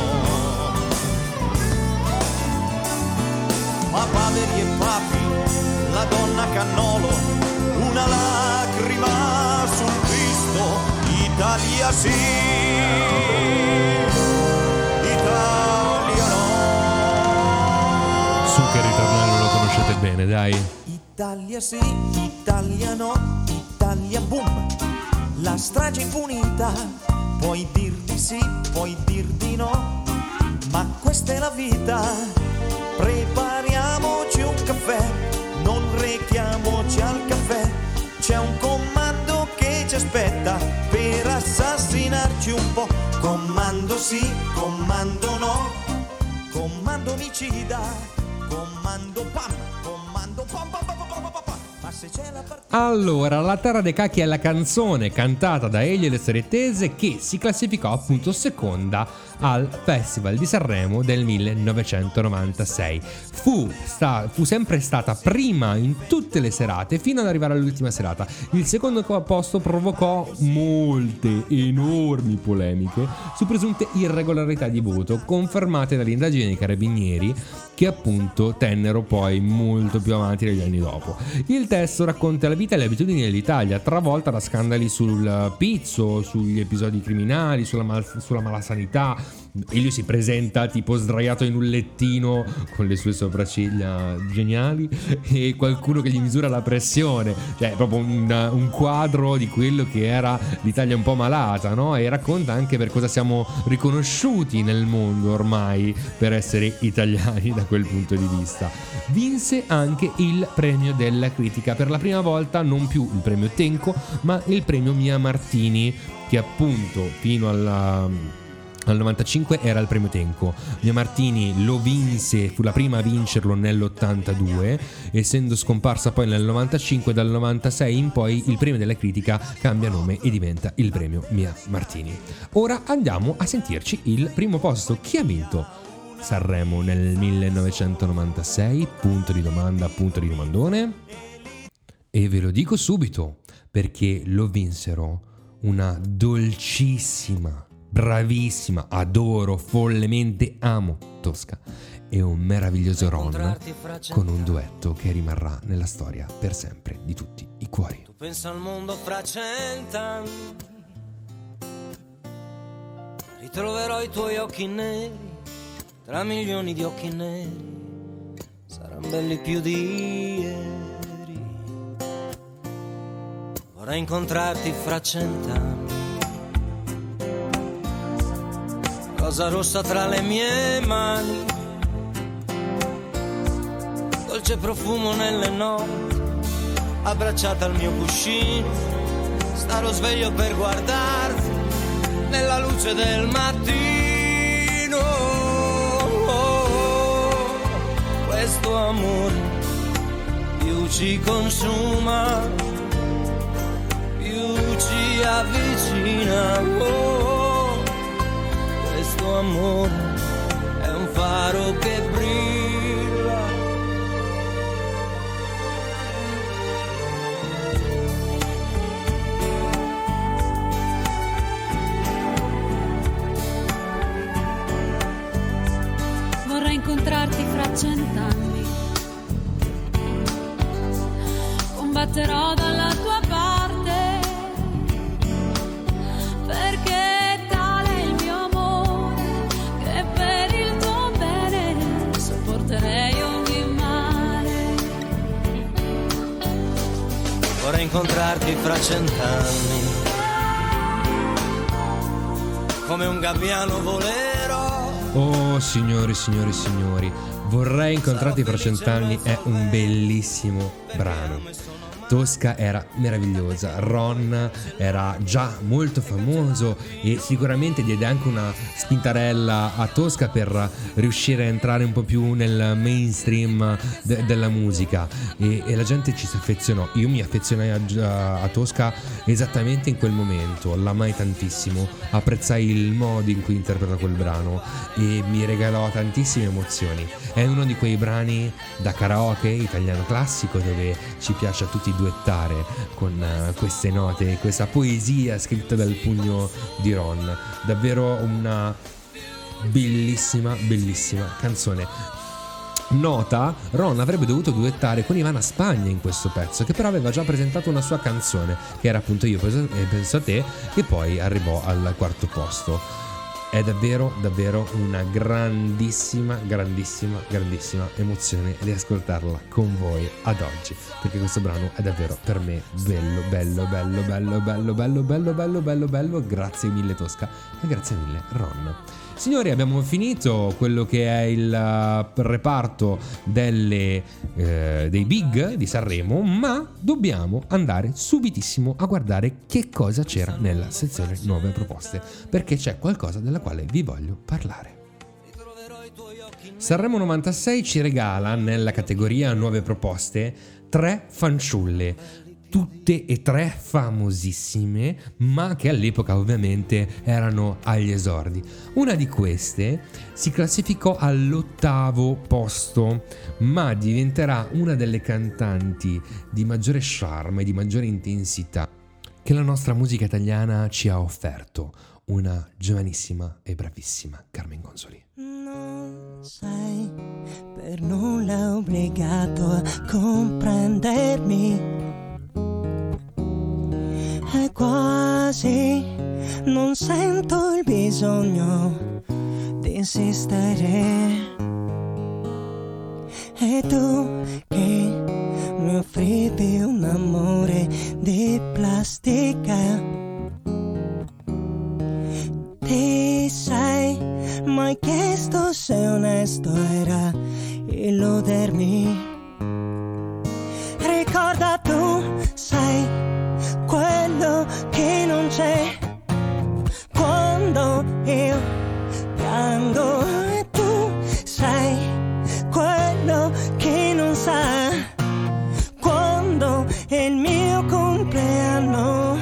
Papaveri e papi, la donna cannolo, una lacrima sul Cristo. Italia sì, Italia no. Su che ritornello lo conoscete bene, dai. Italia sì, Italia no, Italia boom. La strage impunita, puoi dir di sì, puoi dir di no, ma questa è la vita. Prepariamoci un caffè, non rechiamoci al caffè. C'è un comando che ci aspetta per assassinarci un po'. Comando sì, comando no, comando omicida, comando pam, comando pam pam pam pam pam pam. Ma se c'è la partita... Allora, La terra dei cachi è la canzone cantata da Elio e le storie tese che si classificò appunto seconda al Festival di Sanremo del 1996. Fu sempre stata prima in tutte le serate fino ad arrivare all'ultima serata. Il secondo posto provocò molte, enormi polemiche su presunte irregolarità di voto confermate dalle indagini dei carabinieri, che appunto tennero poi molto più avanti negli anni dopo. Il testo racconta la vita e le abitudini dell'Italia, travolta da scandali sul pizzo, sugli episodi criminali, sulla malasanità. Elio si presenta tipo sdraiato in un lettino con le sue sopracciglia geniali e qualcuno che gli misura la pressione, cioè proprio un quadro di quello che era l'Italia un po' malata, no? E racconta anche per cosa siamo riconosciuti nel mondo ormai per essere italiani da quel punto di vista. Vinse anche il premio della critica per la prima volta, non più il premio Tenco ma il premio Mia Martini, che appunto fino al 95 era il premio Tenco. Mia Martini lo vinse, fu la prima a vincerlo nell'82, essendo scomparsa poi nel 95. Dal 96 in poi il premio della critica cambia nome e diventa il premio Mia Martini. Ora andiamo a sentirci il primo posto. Chi ha vinto Sanremo nel 1996? Punto di domanda, punto di domandone. E ve lo dico subito, perché lo vinsero una dolcissima, bravissima, adoro, follemente amo Tosca e un meraviglioso Ron, con un duetto che rimarrà nella storia per sempre di tutti i cuori. Tu pensa al mondo fra 100 anni, ritroverò i tuoi occhi neri tra milioni di occhi neri, saranno belli più di ieri. Vorrei incontrarti fra 100 anni, rosa rossa tra le mie mani, dolce profumo nelle notti, abbracciata al mio cuscino, starò sveglio per guardarti nella luce del mattino. Questo amore più ci consuma, più ci avvicina. Questo amore è un faro che brilla. Vorrei incontrarti fra 100 anni. Combatterò dalla tua parte, perché tale è il mio amore, che per il tuo bene sopporterei ogni male. Vorrei incontrarti fra 100 anni, come un gabbiano volerò. Oh signori, vorrei incontrarti fra 100 anni è un bellissimo brano. Tosca era meravigliosa, Ron era già molto famoso e sicuramente diede anche una spintarella a Tosca per riuscire a entrare un po' più nel mainstream della musica e la gente ci si affezionò. Io mi affezionai a Tosca esattamente in quel momento, l'amai tantissimo, apprezzai il modo in cui interpreta quel brano e mi regalò tantissime emozioni. È uno di quei brani da karaoke italiano classico dove ci piace a tutti duettare con queste note, questa poesia scritta dal pugno di Ron. Davvero una bellissima canzone. Nota, Ron avrebbe dovuto duettare con Ivana Spagna in questo pezzo, che però aveva già presentato una sua canzone, che era appunto Io penso a te, che poi arrivò al 4° posto. È davvero una grandissima emozione riascoltarla con voi ad oggi, perché questo brano è davvero per me bello. Grazie mille Tosca e grazie mille Ron. Signori, abbiamo finito quello che è il reparto dei big di Sanremo, ma dobbiamo andare subitissimo a guardare che cosa c'era nella sezione nuove proposte, perché c'è qualcosa della quale vi voglio parlare. Sanremo 96 ci regala nella categoria nuove proposte 3 fanciulle, tutte e 3 famosissime, ma che all'epoca ovviamente erano agli esordi. Una di queste si classificò all'8° posto, ma diventerà una delle cantanti di maggiore charme e di maggiore intensità che la nostra musica italiana ci ha offerto, una giovanissima e bravissima Carmen Consoli. Non sei per nulla obbligato a comprendermi. E quasi non sento il bisogno di insistere. E tu che mi offrivi un amore di plastica, ti sei mai chiesto se onesto era illudermi? Ricorda, tu sei quello che non c'è quando io piango, e tu sei quello che non sa quando è il mio compleanno,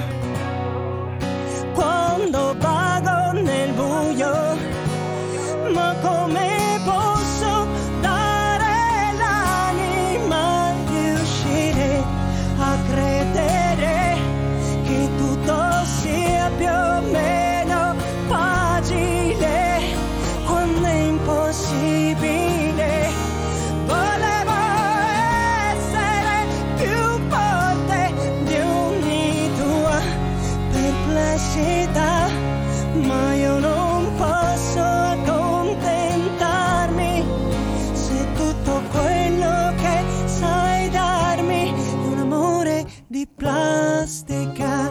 quando vago nel buio, ma come posso dare l'anima di uscire a credere che tutto sia più o meno facile quando è impossibile? Volevo essere più forte di ogni tua perplessità, ma io non posso accontentarmi se tutto quello che sai darmi è un amore di plastica.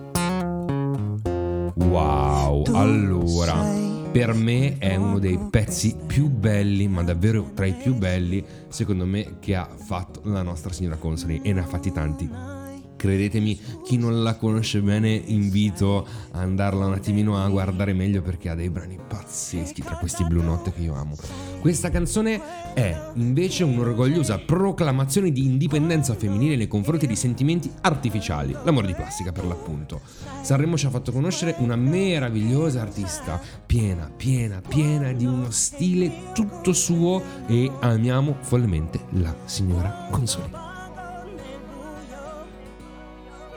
Wow, allora, per me è uno dei pezzi più belli, ma davvero tra i più belli, secondo me, che ha fatto la nostra signora Consoli, e ne ha fatti tanti. Credetemi, chi non la conosce bene invito a andarla un attimino a guardare meglio, perché ha dei brani pazzeschi, tra questi Blue Note che io amo. Questa canzone è invece un'orgogliosa proclamazione di indipendenza femminile nei confronti di sentimenti artificiali, l'amore di plastica per l'appunto. Sanremo ci ha fatto conoscere una meravigliosa artista, piena di uno stile tutto suo, e amiamo follemente la signora Consoli.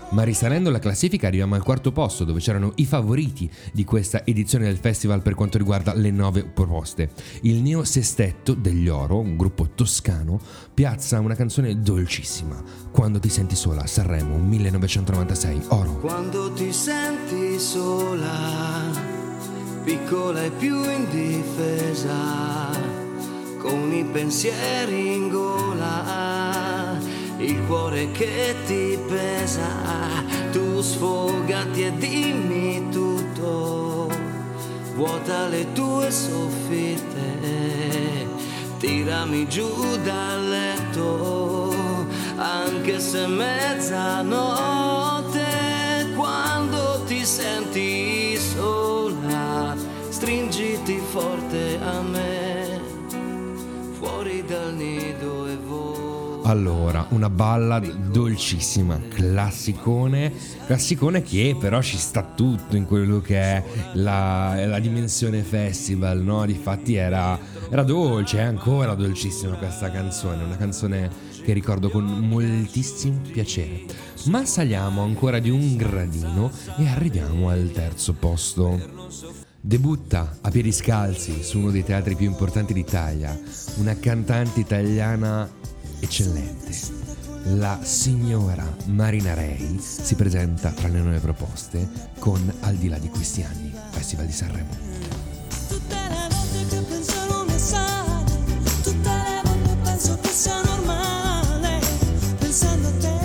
Ma risalendo la classifica arriviamo al quarto posto, dove c'erano i favoriti di questa edizione del festival per quanto riguarda le 9 proposte. Il Neo Sestetto degli Oro, un gruppo toscano, piazza una canzone dolcissima, Quando ti senti sola, Sanremo 1996, Oro. Quando ti senti sola, piccola e più indifesa, con i pensieri in gola, il cuore che ti pesa, tu sfogati e dimmi tutto, vuota le tue soffitte, tirami giù dal letto, anche se mezzanotte. Quando ti senti sola, stringiti forte a me, fuori dal nido e vola. Allora, una ballad dolcissima, classicone che però ci sta tutto in quello che è la dimensione festival, no? Difatti era dolce, è ancora dolcissima questa canzone, una canzone che ricordo con moltissimo piacere. Ma saliamo ancora di un gradino e arriviamo al terzo posto. Debutta a piedi scalzi su uno dei teatri più importanti d'Italia, una cantante italiana eccellente, la signora Marina Rei si presenta tra le 9 proposte con Al di là di questi anni, Festival di Sanremo. Tutte le volte che penso non mi sale, tutte le volte penso che sia normale, pensando a te.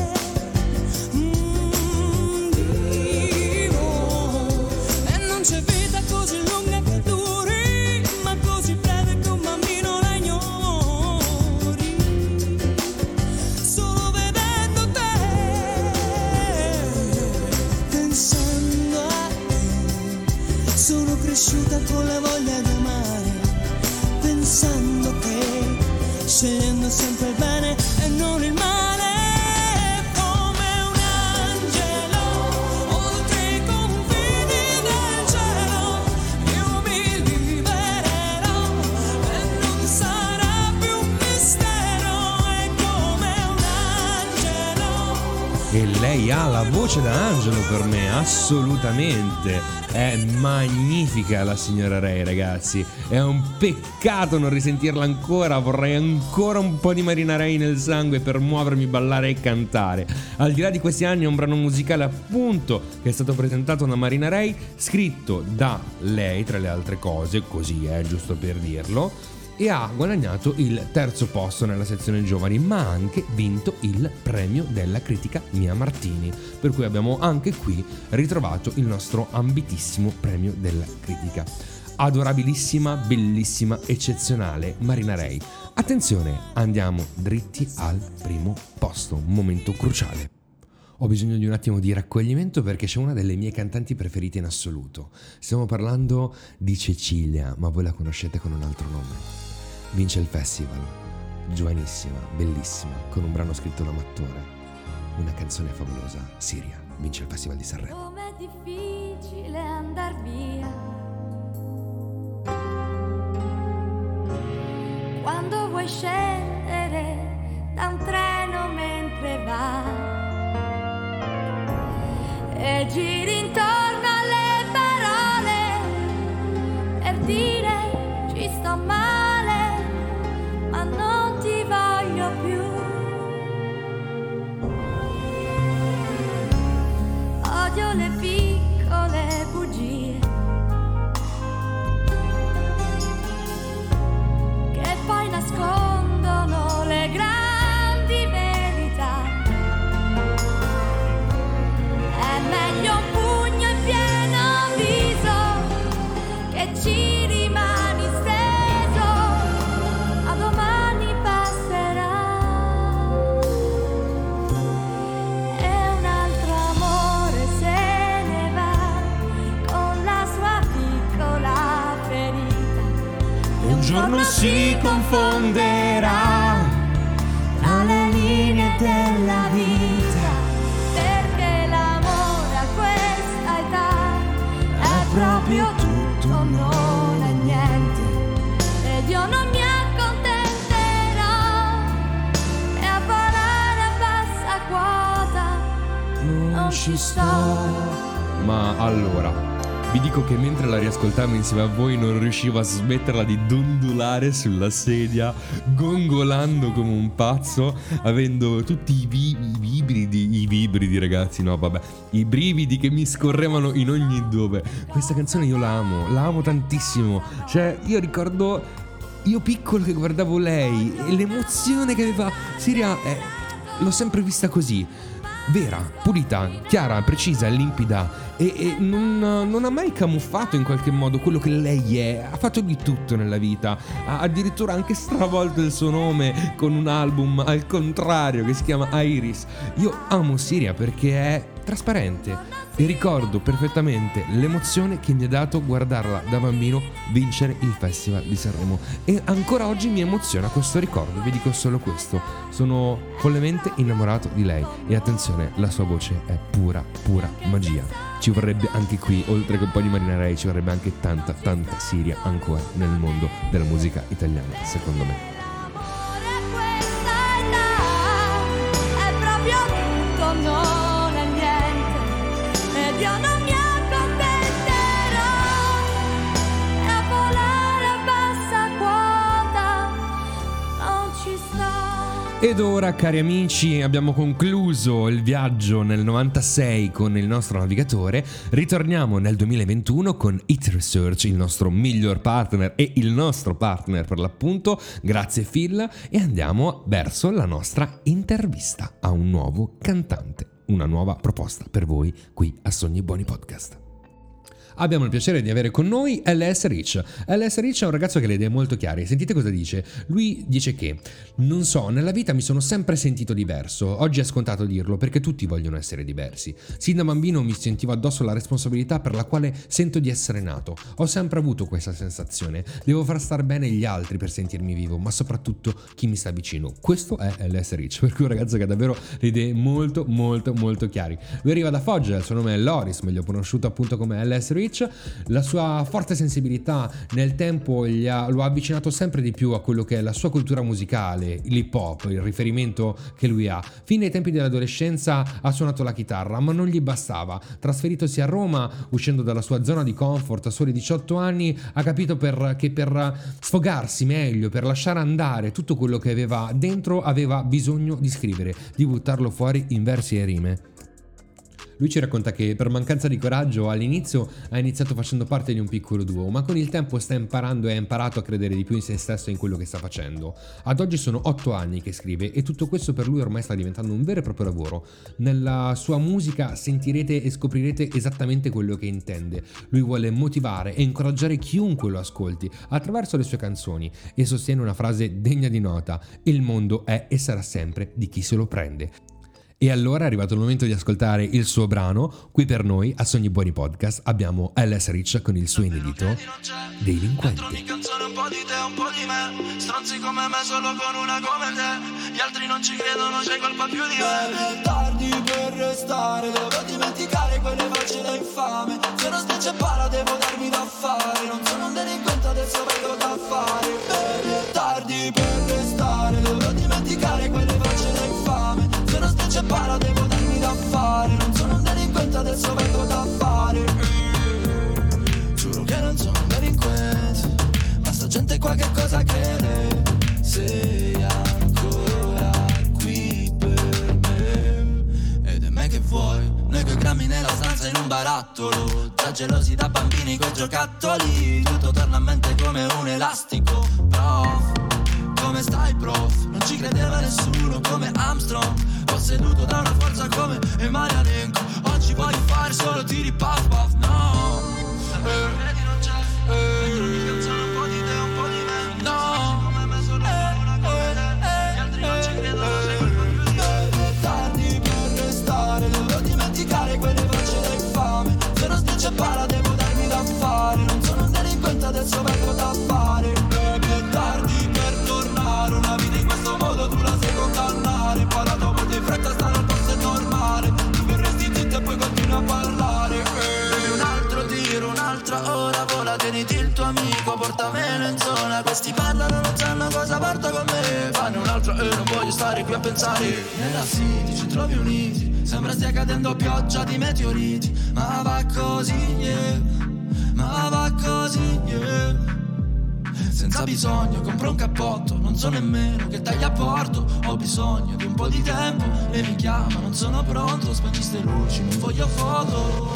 Vivo e non c'è vita così lunga che duri, ma così breve che un bambino la ignori. Solo vedendo te, pensando a te, sono cresciuta con la voglia di amare, pensando che, scegliendo sempre il bene e non il male, come un angelo, oltre i confini del cielo, io mi libererò e non sarà più un mistero, è come un angelo. E lei ha la voce da angelo per me, assolutamente. È magnifica la signora Rei, ragazzi. È un peccato non risentirla ancora. Vorrei ancora un po' di Marina Rei nel sangue per muovermi, ballare e cantare. Al di là di questi anni è un brano musicale appunto che è stato presentato da Marina Rei, scritto da lei tra le altre cose, così è giusto per dirlo, e ha guadagnato il terzo posto nella sezione giovani, ma ha anche vinto il premio della critica Mia Martini, per cui abbiamo anche qui ritrovato il nostro ambitissimo premio della critica. Adorabilissima, bellissima, eccezionale Marina Rei. Attenzione, andiamo dritti al primo posto, un momento cruciale. Ho bisogno di un attimo di raccoglimento perché c'è una delle mie cantanti preferite in assoluto. Stiamo parlando di Cecilia, ma voi la conoscete con un altro nome. Vince il festival, giovanissima, bellissima, con un brano scritto da Mattore, una canzone favolosa, Siria, vince il festival di Sanremo. Com'è difficile andar via quando vuoi scendere da un treno mentre va e giri intorno alle parole per dire ci sto male ma non ti voglio più. Odio le piccole bugie che poi nascondono le grandi verità. È meglio un pugno in pieno viso che ci rimani steso, a domani passerà. E un altro amore se ne va con la sua piccola ferita. Un giorno si confonderà tra le linee della vita, perché l'amore a questa età è proprio tutto, non è niente, ed io non mi accontenterò e a volare a bassa quota non ci sto. Ma allora, vi dico che mentre la riascoltavo insieme a voi non riuscivo a smetterla di dondolare sulla sedia, gongolando come un pazzo, avendo tutti i vibridi ragazzi, no vabbè, i brividi che mi scorrevano in ogni dove. Questa canzone io la amo tantissimo. Cioè, io ricordo io piccolo che guardavo lei e l'emozione che aveva. Siria, l'ho sempre vista così, vera, pulita, chiara, precisa, limpida, e non ha mai camuffato in qualche modo quello che lei è. Ha fatto di tutto nella vita, ha addirittura anche stravolto il suo nome con un album al contrario che si chiama Iris. Io amo Siria perché è trasparente e ricordo perfettamente l'emozione che mi ha dato guardarla da bambino vincere il Festival di Sanremo, e ancora oggi mi emoziona questo ricordo. Vi dico solo questo: sono follemente innamorato di lei, e attenzione, la sua voce è pura magia. Ci vorrebbe anche qui, oltre che un po' di Marina Rei, ci vorrebbe anche tanta Siria ancora nel mondo della musica italiana, secondo me. Questa età è proprio tutto, non è niente, ed io non mi accontenterò, e a volare a bassa quota non ci sto. Ed ora, cari amici, abbiamo concluso il viaggio nel 96 con il nostro navigatore. Ritorniamo nel 2021 con Hit Research, il nostro miglior partner e il nostro partner per l'appunto. Grazie Phil. E andiamo verso la nostra intervista a un nuovo cantante. Una nuova proposta per voi qui a Sogni Buoni Podcast. Abbiamo il piacere di avere con noi LS Rich. LS Rich è un ragazzo che ha le idee molto chiare. Sentite cosa dice. Lui dice che non so, nella vita mi sono sempre sentito diverso. Oggi è scontato dirlo perché tutti vogliono essere diversi. Sin da bambino mi sentivo addosso la responsabilità per la quale sento di essere nato. Ho sempre avuto questa sensazione. Devo far star bene gli altri per sentirmi vivo, ma soprattutto chi mi sta vicino. Questo è LS Rich, per cui un ragazzo che ha davvero le idee molto chiari. Lui arriva da Foggia, il suo nome è Loris, meglio conosciuto appunto come LS Rich. La sua forte sensibilità nel tempo lo ha avvicinato sempre di più a quello che è la sua cultura musicale, l'hip hop, il riferimento che lui ha. Fin dai tempi dell'adolescenza ha suonato la chitarra, ma non gli bastava. Trasferitosi a Roma, uscendo dalla sua zona di comfort a soli 18 anni, ha capito che per sfogarsi meglio, per lasciare andare tutto quello che aveva dentro, aveva bisogno di scrivere, di buttarlo fuori in versi e rime. Lui ci racconta che per mancanza di coraggio all'inizio ha iniziato facendo parte di un piccolo duo, ma con il tempo sta imparando e ha imparato a credere di più in se stesso e in quello che sta facendo. Ad oggi sono 8 anni che scrive e tutto questo per lui ormai sta diventando un vero e proprio lavoro. Nella sua musica sentirete e scoprirete esattamente quello che intende. Lui vuole motivare e incoraggiare chiunque lo ascolti attraverso le sue canzoni e sostiene una frase degna di nota: il mondo è e sarà sempre di chi se lo prende. E allora è arrivato il momento di ascoltare il suo brano. Qui per noi a Sogni Buoni Podcast abbiamo LS Rich con il suo inedito Delinquente. Ogni canzone un po' di te, un po' di me. Stronzi come me solo con una come te. Gli altri non ci credono, c'è colpa più di me. È tardi per restare, devo dimenticare quelle facce da infame. Se non sto para devo darmi da fare. Non sono un delinquente, adesso vengo da fare. È tardi per restare, devo dimenticare quelle facce da infame. Se non sto para devo darmi da fare. Non sono un delinquente, adesso vengo da fare. Giuro che non sono un delinquente, ma sta gente qua che cosa crede? Sei ancora qui per me. Ed è me che vuoi, noi coi grammi nella stanza in un barattolo. Già gelosi da bambini coi giocattoli. Tutto torna a mente come un elastico. Prof, come stai prof? Non ci credeva nessuno come Armstrong. Posseduto da una forza come Emelianenko. Oggi voglio fare solo tiri puff puff, no. Credi non c'è, ogni canzone un po' di te, un po' di me. No, come me solo una come te. Gli altri non ci credono, sei colpa più di me. Tardi per restare, devo dimenticare quelle facce da infame. Se non sto para devo darmi da fare. Non sono un delinquente, adesso vengo da fare. È tardi per tornare, una vita in questo modo tu la sai condannare. Imparato molto in fretta, stare al posto è normale. Tu vorresti zitto e poi continui a parlare. Un altro tiro, un'altra ora. cosa porta con me? Fanne un altro e non voglio stare qui a pensare. Nella city ci trovi uniti, sembra stia cadendo pioggia di meteoriti. Ma va così, yeah, ma va così, yeah. Senza bisogno compro un cappotto, non so nemmeno che taglia porto. Ho bisogno di un po' di tempo, lei mi chiama, non sono pronto. Spegni ste luci, non voglio foto.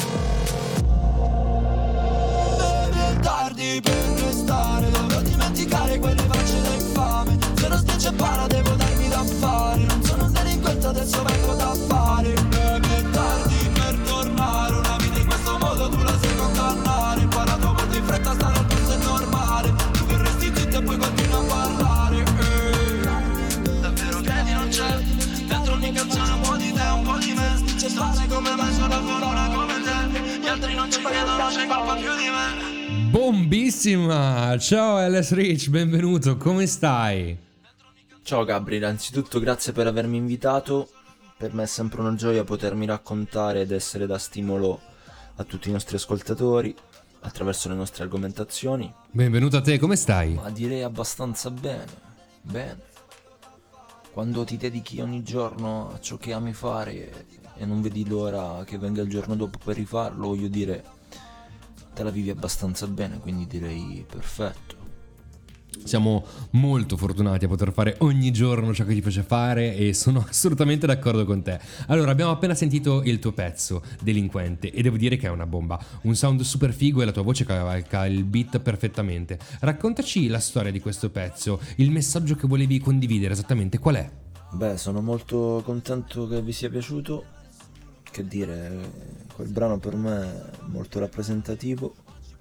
Baby, è tardi per restare, dovrò dimenticare quelle facce da infame. Se non spiace e para devo darmi da fare, non sono un delinquente adesso vengo da fare. Baby, è tardi per tornare, una vita in questo modo tu la sai condannare. Imparato molto in fretta, stare al posto è normale. Tu che resti zitta e poi continui a parlare. Davvero credi non c'è dentro ogni canzone un po' di te, un po' di me. C'è spazio come me, sono con una come te. Gli altri non ci credono, c'è colpa più di me. Bombissima! Ciao LS Rich, benvenuto, come stai? Ciao Gabri, innanzitutto grazie per avermi invitato. Per me è sempre una gioia potermi raccontare ed essere da stimolo a tutti i nostri ascoltatori attraverso le nostre argomentazioni. Benvenuto a te, come stai? Ma direi abbastanza bene, bene. Quando ti dedichi ogni giorno a ciò che ami fare e non vedi l'ora che venga il giorno dopo per rifarlo, voglio dire, te la vivi abbastanza bene, quindi direi perfetto. Siamo molto fortunati a poter fare ogni giorno ciò che ti piace fare e sono assolutamente d'accordo con te. Allora, abbiamo appena sentito il tuo pezzo, Delinquente, e devo dire che è una bomba. Un sound super figo e la tua voce cavalca il beat perfettamente. Raccontaci la storia di questo pezzo, il messaggio che volevi condividere esattamente qual è? Beh, sono molto contento che vi sia piaciuto. Che dire, quel brano per me è molto rappresentativo,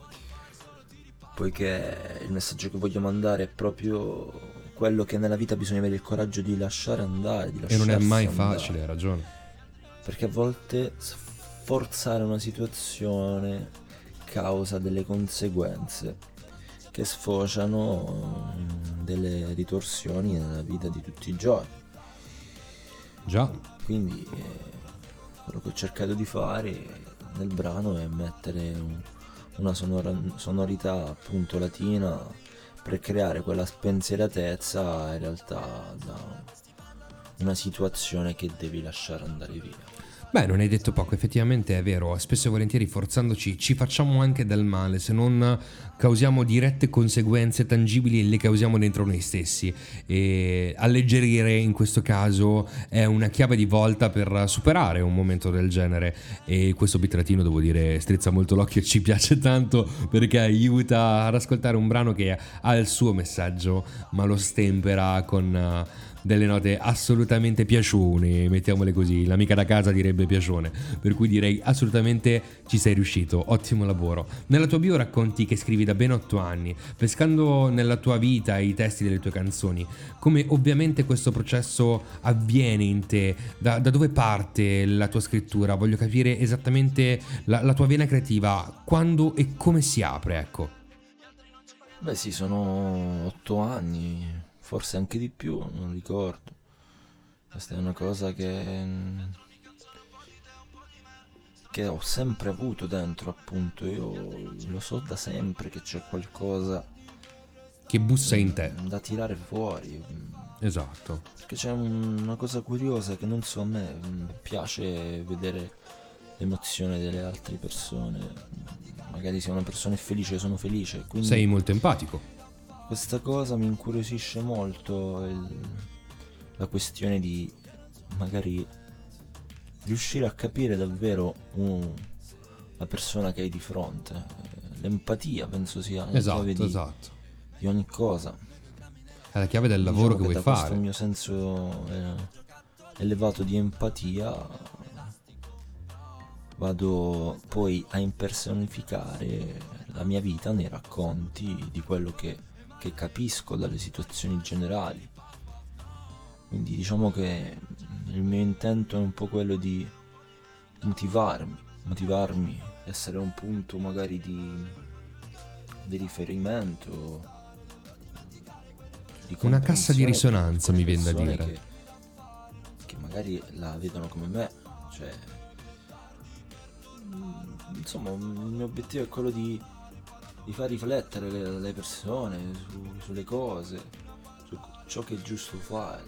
poiché il messaggio che voglio mandare è proprio quello che nella vita bisogna avere il coraggio di lasciare andare, di lasciarsi andare. E non è mai andare. facile, hai ragione. Perché a volte sforzare una situazione causa delle conseguenze che sfociano in delle ritorsioni nella vita di tutti i giorni. Già. Quindi quello che ho cercato di fare nel brano è mettere una sonorità appunto latina per creare quella spensieratezza in realtà da una situazione che devi lasciare andare via. Beh, non hai detto poco, effettivamente è vero, spesso e volentieri forzandoci ci facciamo anche del male, se non causiamo dirette conseguenze tangibili le causiamo dentro noi stessi, e alleggerire in questo caso è una chiave di volta per superare un momento del genere, e questo beat latino, devo dire, strizza molto l'occhio e ci piace tanto perché aiuta ad ascoltare un brano che ha il suo messaggio ma lo stempera con delle note assolutamente piacioni, mettiamole così, l'amica da casa direbbe piacione, per cui direi assolutamente ci sei riuscito, ottimo lavoro. Nella tua bio racconti che scrivi da ben 8 anni, pescando nella tua vita i testi delle tue canzoni. Come ovviamente questo processo avviene in te? Da dove parte la tua scrittura? Voglio capire esattamente la tua vena creativa, quando e come si apre, ecco. Beh sì, sono 8 anni, forse anche di più, non ricordo. Questa è una cosa che ho sempre avuto dentro, appunto. Io lo so da sempre che c'è qualcosa che bussa in te da tirare fuori. Esatto. Perché c'è una cosa curiosa che non so, a me piace vedere l'emozione delle altre persone. Magari se una persona è felice, io sono felice, quindi sei molto empatico. Questa cosa mi incuriosisce molto, la questione di magari riuscire a capire davvero la persona che hai di fronte. L'empatia penso sia la chiave di ogni cosa. È la chiave del lavoro che vuoi fare. Questo mio senso elevato di empatia vado poi a impersonificare la mia vita nei racconti di quello che capisco dalle situazioni generali. Quindi diciamo che il mio intento è un po' quello di motivarmi, essere un punto magari di riferimento, di una cassa di risonanza, mi viene da dire, che magari la vedono come me, cioè insomma il mio obiettivo è quello di far riflettere le persone sulle cose, su ciò che è giusto fare,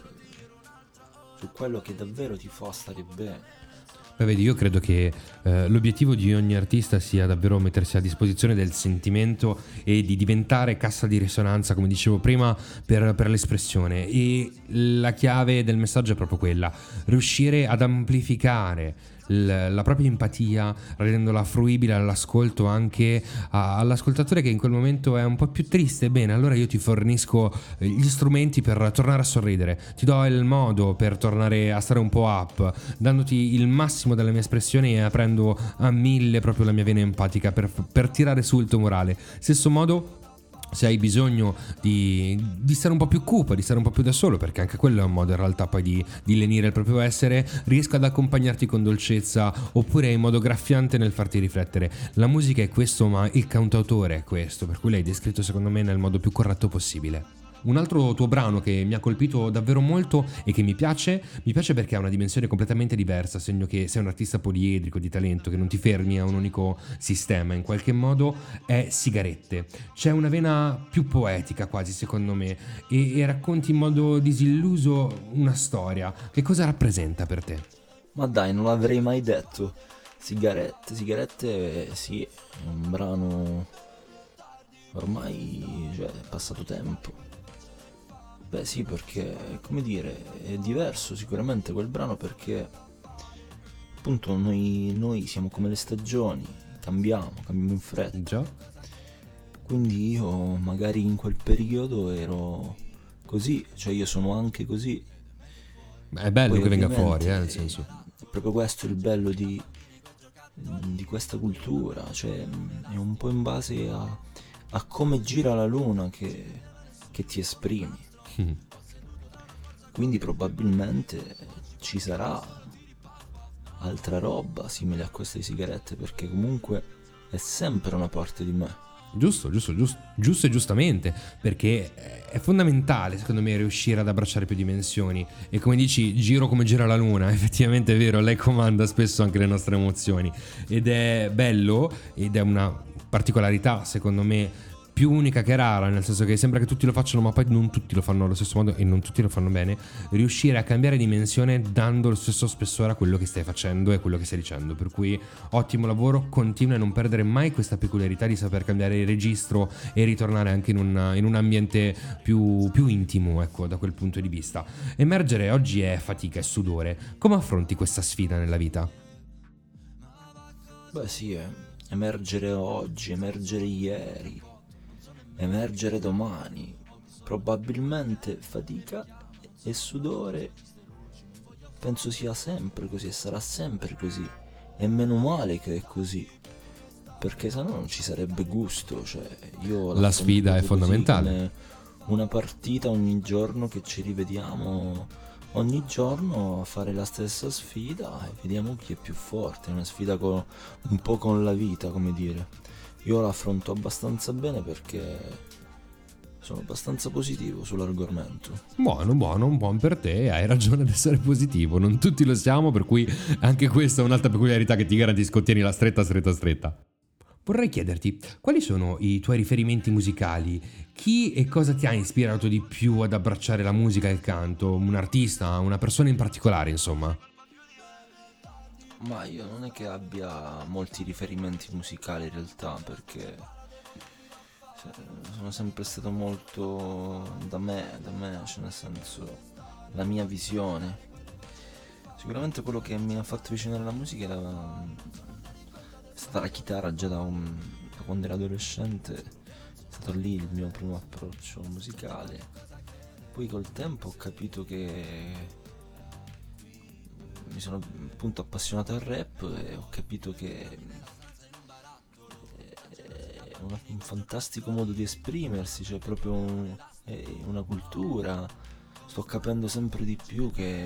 su quello che davvero ti fa stare bene. Beh, vedi, io credo che l'obiettivo di ogni artista sia davvero mettersi a disposizione del sentimento e di diventare cassa di risonanza, come dicevo prima, per l'espressione. E la chiave del messaggio è proprio quella: riuscire ad amplificare la propria empatia, rendendola fruibile all'ascolto anche all'ascoltatore che in quel momento è un po' più triste. Bene, allora io ti fornisco gli strumenti per tornare a sorridere, ti do il modo per tornare a stare un po' up, dandoti il massimo della mia espressione e aprendo a 1000 proprio la mia vena empatica per tirare su il tuo morale. Stesso modo, se hai bisogno di stare un po' più cupo, di stare un po' più da solo, perché anche quello è un modo in realtà poi di lenire il proprio essere, riesco ad accompagnarti con dolcezza, oppure in modo graffiante nel farti riflettere. La musica è questo, ma il cantautore è questo, per cui l'hai descritto secondo me nel modo più corretto possibile. Un altro tuo brano che mi ha colpito davvero molto e che mi piace perché ha una dimensione completamente diversa, segno che sei un artista poliedrico, di talento, che non ti fermi a un unico sistema in qualche modo, è Sigarette. C'è una vena più poetica quasi, secondo me, e racconti in modo disilluso una storia. Che cosa rappresenta per te? Ma dai, non l'avrei mai detto. Sigarette sì, è un brano ormai, cioè, è passato tempo. Beh sì, perché, come dire, è diverso sicuramente quel brano, perché appunto noi siamo come le stagioni, cambiamo in fretta. Già. Quindi io magari in quel periodo ero così, cioè io sono anche così. È bello Poi che venga ovviamente fuori, nel senso. È proprio questo il bello di questa cultura, cioè è un po' in base a come gira la luna che ti esprimi. Quindi probabilmente ci sarà altra roba simile a queste sigarette, perché comunque è sempre una parte di me. Giusto e giustamente, perché è fondamentale secondo me riuscire ad abbracciare più dimensioni, e come dici, giro come gira la luna, effettivamente è vero, lei comanda spesso anche le nostre emozioni, ed è bello, ed è una particolarità secondo me più unica che rara, nel senso che sembra che tutti lo facciano ma poi non tutti lo fanno allo stesso modo e non tutti lo fanno bene, riuscire a cambiare dimensione dando lo stesso spessore a quello che stai facendo e quello che stai dicendo. Per cui ottimo lavoro, continua a non perdere mai questa peculiarità di saper cambiare il registro e ritornare anche in un ambiente più intimo, ecco, da quel punto di vista. Emergere oggi è fatica, è sudore. Come affronti questa sfida nella vita? Beh sì, emergere oggi, emergere ieri, emergere domani, probabilmente fatica e sudore, penso sia sempre così e sarà sempre così, e meno male che è così, perché sennò non ci sarebbe gusto. Cioè io la sfida è fondamentale, una partita ogni giorno, che ci rivediamo ogni giorno a fare la stessa sfida e vediamo chi è più forte. È una sfida un po' con la vita, come dire. Io l'affronto abbastanza bene perché sono abbastanza positivo sull'argomento. Buon per te, hai ragione ad essere positivo, non tutti lo siamo, per cui anche questa è un'altra peculiarità che ti garantisco, tieni la stretta. Vorrei chiederti, quali sono i tuoi riferimenti musicali? Chi e cosa ti ha ispirato di più ad abbracciare la musica e il canto? Un artista, una persona in particolare, insomma? Ma io non è che abbia molti riferimenti musicali in realtà, perché sono sempre stato molto da me, cioè nel senso, la mia visione. Sicuramente quello che mi ha fatto avvicinare alla musica è stata la chitarra. Già da quando ero adolescente è stato lì il mio primo approccio musicale. Poi col tempo ho capito che mi sono appunto appassionato al rap e ho capito che è un fantastico modo di esprimersi, cioè proprio è una cultura. Sto capendo sempre di più che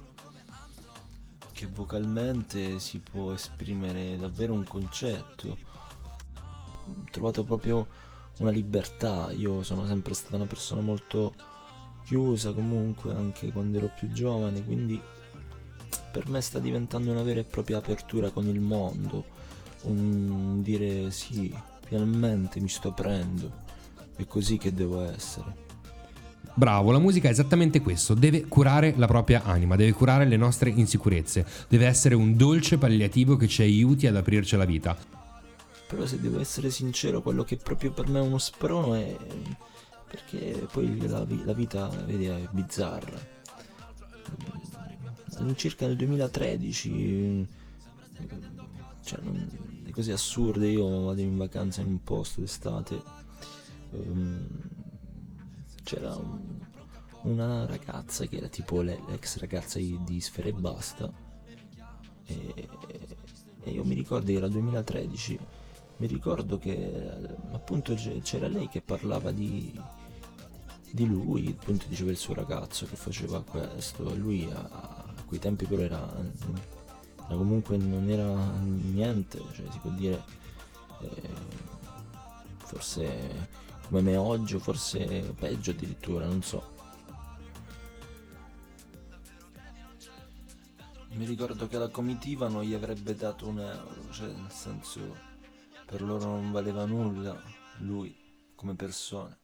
vocalmente si può esprimere davvero un concetto. Ho trovato proprio una libertà. Io sono sempre stata una persona molto chiusa comunque, anche quando ero più giovane, quindi per me sta diventando una vera e propria apertura con il mondo, un dire sì, finalmente mi sto aprendo, è così che devo essere. Bravo, la musica è esattamente questo, deve curare la propria anima, deve curare le nostre insicurezze, deve essere un dolce palliativo che ci aiuti ad aprirci alla vita. Però se devo essere sincero, quello che proprio per me è uno sprono è perché poi la vita, vedi, è bizzarra. All'incirca nel 2013, cioè è così assurde, io vado in vacanza in un posto d'estate, c'era una ragazza che era tipo l'ex ragazza di Sfera Ebbasta, e io mi ricordo che era 2013. Mi ricordo che appunto c'era lei che parlava di lui, appunto diceva il suo ragazzo che faceva questo, e lui a quei tempi però era comunque non era niente, cioè si può dire forse come me oggi o forse peggio addirittura, non so. Mi ricordo che la comitiva non gli avrebbe dato €1, cioè nel senso per loro non valeva nulla lui come persona.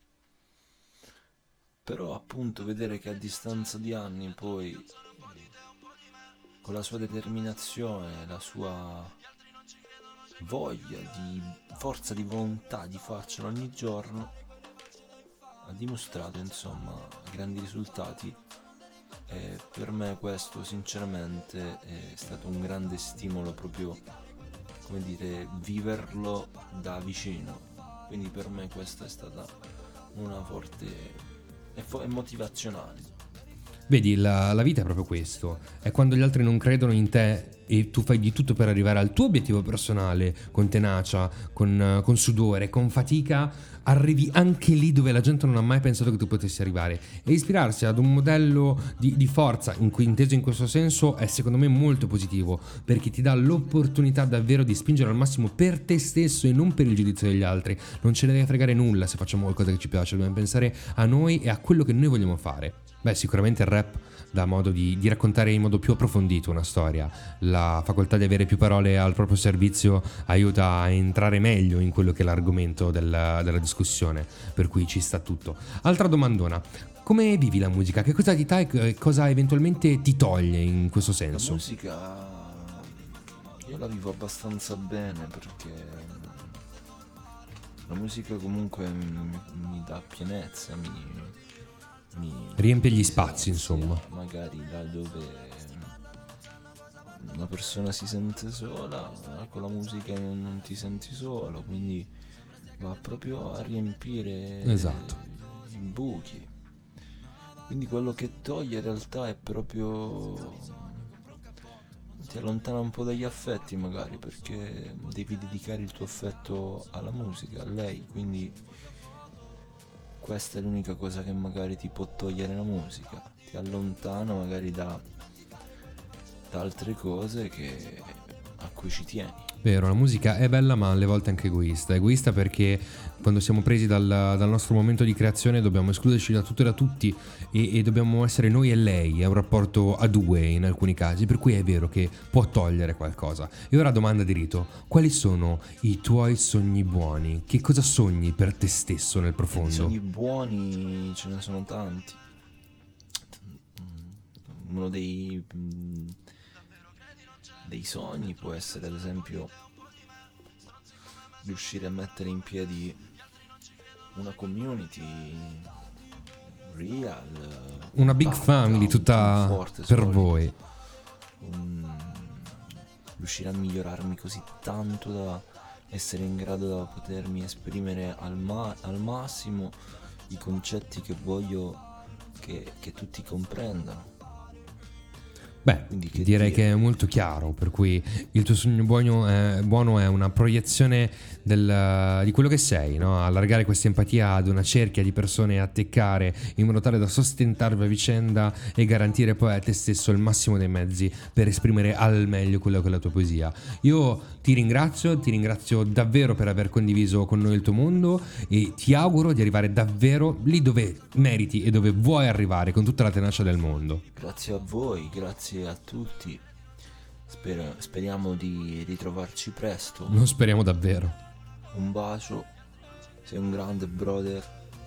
Però appunto vedere che a distanza di anni poi con la sua determinazione, la sua voglia di forza di volontà di farcelo ogni giorno ha dimostrato insomma grandi risultati, e per me questo sinceramente è stato un grande stimolo, proprio come dire, viverlo da vicino. Quindi per me questa è stata una forte e motivazionale. Vedi, la vita è proprio questo, è quando gli altri non credono in te e tu fai di tutto per arrivare al tuo obiettivo personale, con tenacia, con sudore, con fatica, arrivi anche lì dove la gente non ha mai pensato che tu potessi arrivare. E ispirarsi ad un modello di forza, inteso in questo senso, è secondo me molto positivo, perché ti dà l'opportunità davvero di spingere al massimo per te stesso e non per il giudizio degli altri. Non ce ne deve fregare nulla se facciamo qualcosa che ci piace, dobbiamo pensare a noi e a quello che noi vogliamo fare. Beh, sicuramente il rap dà modo di raccontare in modo più approfondito una storia. La facoltà di avere più parole al proprio servizio aiuta a entrare meglio in quello che è l'argomento della discussione, per cui ci sta tutto. Altra domandona: come vivi la musica? Che cosa ti dà e cosa eventualmente ti toglie in questo senso? La musica io la vivo abbastanza bene, perché la musica comunque mi dà pienezza, mi riempie gli spazi, insomma. Magari là dove una persona si sente sola, con la musica non ti senti solo, quindi va proprio a riempire esatto i buchi. Quindi quello che toglie in realtà è proprio ti allontana un po' dagli affetti, magari, perché devi dedicare il tuo affetto alla musica, a lei, quindi questa è l'unica cosa che magari ti può togliere la musica, ti allontana magari da altre cose a cui ci tieni. Vero, la musica è bella ma alle volte anche egoista perché quando siamo presi dal nostro momento di creazione dobbiamo escluderci da tutto e da tutti e dobbiamo essere noi e lei, è un rapporto a due in alcuni casi, per cui è vero che può togliere qualcosa. E ora domanda di rito: quali sono i tuoi sogni buoni? Che cosa sogni per te stesso nel profondo? I sogni buoni ce ne sono tanti. Uno dei sogni può essere ad esempio riuscire a mettere in piedi una community real, una big family tutta per voi, riuscire a migliorarmi così tanto da essere in grado da potermi esprimere al massimo i concetti che voglio che tutti comprendano. Beh, direi che è molto chiaro, per cui il tuo sogno buono è una proiezione di quello che sei, no? Allargare questa empatia ad una cerchia di persone, attaccare in modo tale da sostentarvi a vicenda e garantire poi a te stesso il massimo dei mezzi per esprimere al meglio quello che è la tua poesia. Io ti ringrazio davvero per aver condiviso con noi il tuo mondo e ti auguro di arrivare davvero lì dove meriti e dove vuoi arrivare con tutta la tenacia del mondo. Grazie a voi, grazie a tutti. Speriamo di ritrovarci presto. Lo speriamo davvero. Un bacio, sei un grande brother,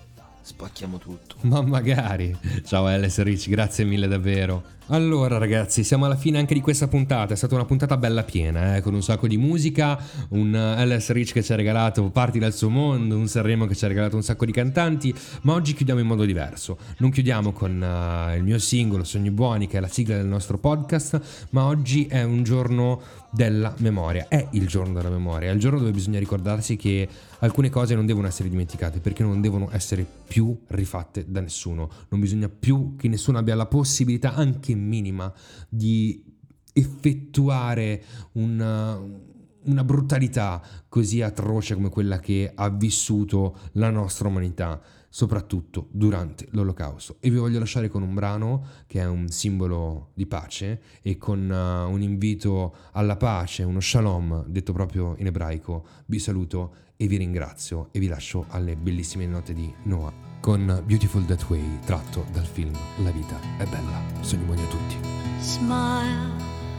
spacchiamo tutto. Ma magari. Ciao LS Rich, grazie mille davvero. Allora ragazzi, siamo alla fine anche di questa puntata. È stata una puntata bella piena, con un sacco di musica, un LS Rich che ci ha regalato Parti dal suo mondo, un Sanremo che ci ha regalato un sacco di cantanti. Ma oggi chiudiamo in modo diverso. Non chiudiamo con il mio singolo Sogni Buoni, che è la sigla del nostro podcast, ma oggi è un giorno della memoria. È il giorno della memoria, è il giorno dove bisogna ricordarsi che alcune cose non devono essere dimenticate, perché non devono essere più rifatte da nessuno. Non bisogna più che nessuno abbia la possibilità anche minima di effettuare una brutalità così atroce come quella che ha vissuto la nostra umanità, soprattutto durante l'Olocausto. E vi voglio lasciare con un brano che è un simbolo di pace e con un invito alla pace, uno shalom detto proprio in ebraico. Vi saluto e vi ringrazio e vi lascio alle bellissime note di Noah con Beautiful That Way, tratto dal film La vita è bella. Sogni buoni a tutti. Smile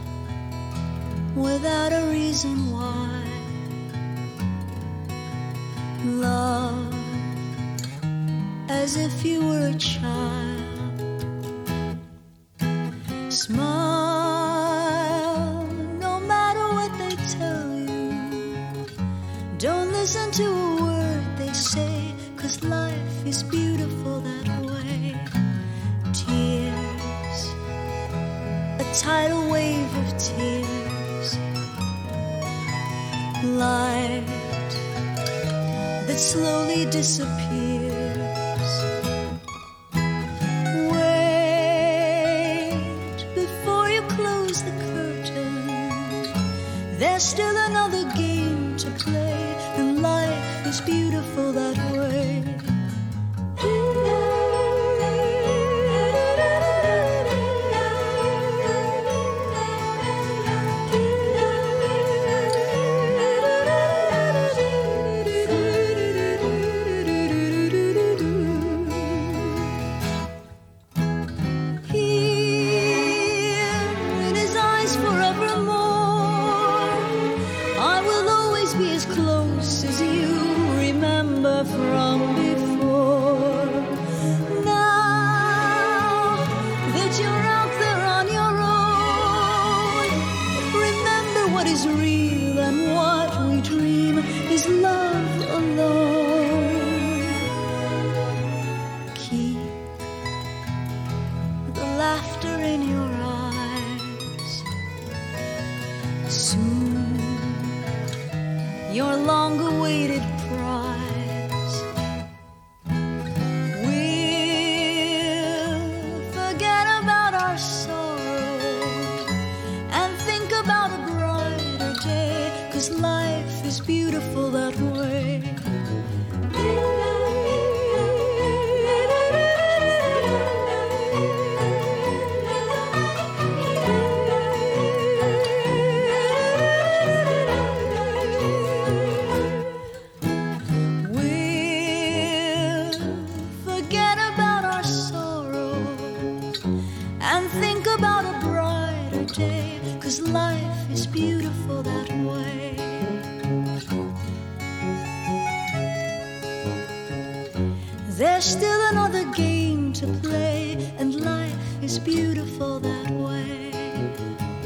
without a reason why. Love as if you were a child. Smile no matter what they tell you. Don't listen to a word they say, 'cause life is beautiful that way. Tears, a tidal wave of tears. Light that slowly disappears. There's still another game to play, and life is beautiful that way. Your long-awaited prize we'll forget about our sorrow and think about a brighter day, 'cause life is beautiful that way. Life is beautiful that way. There's still another game to play, and life is beautiful that way.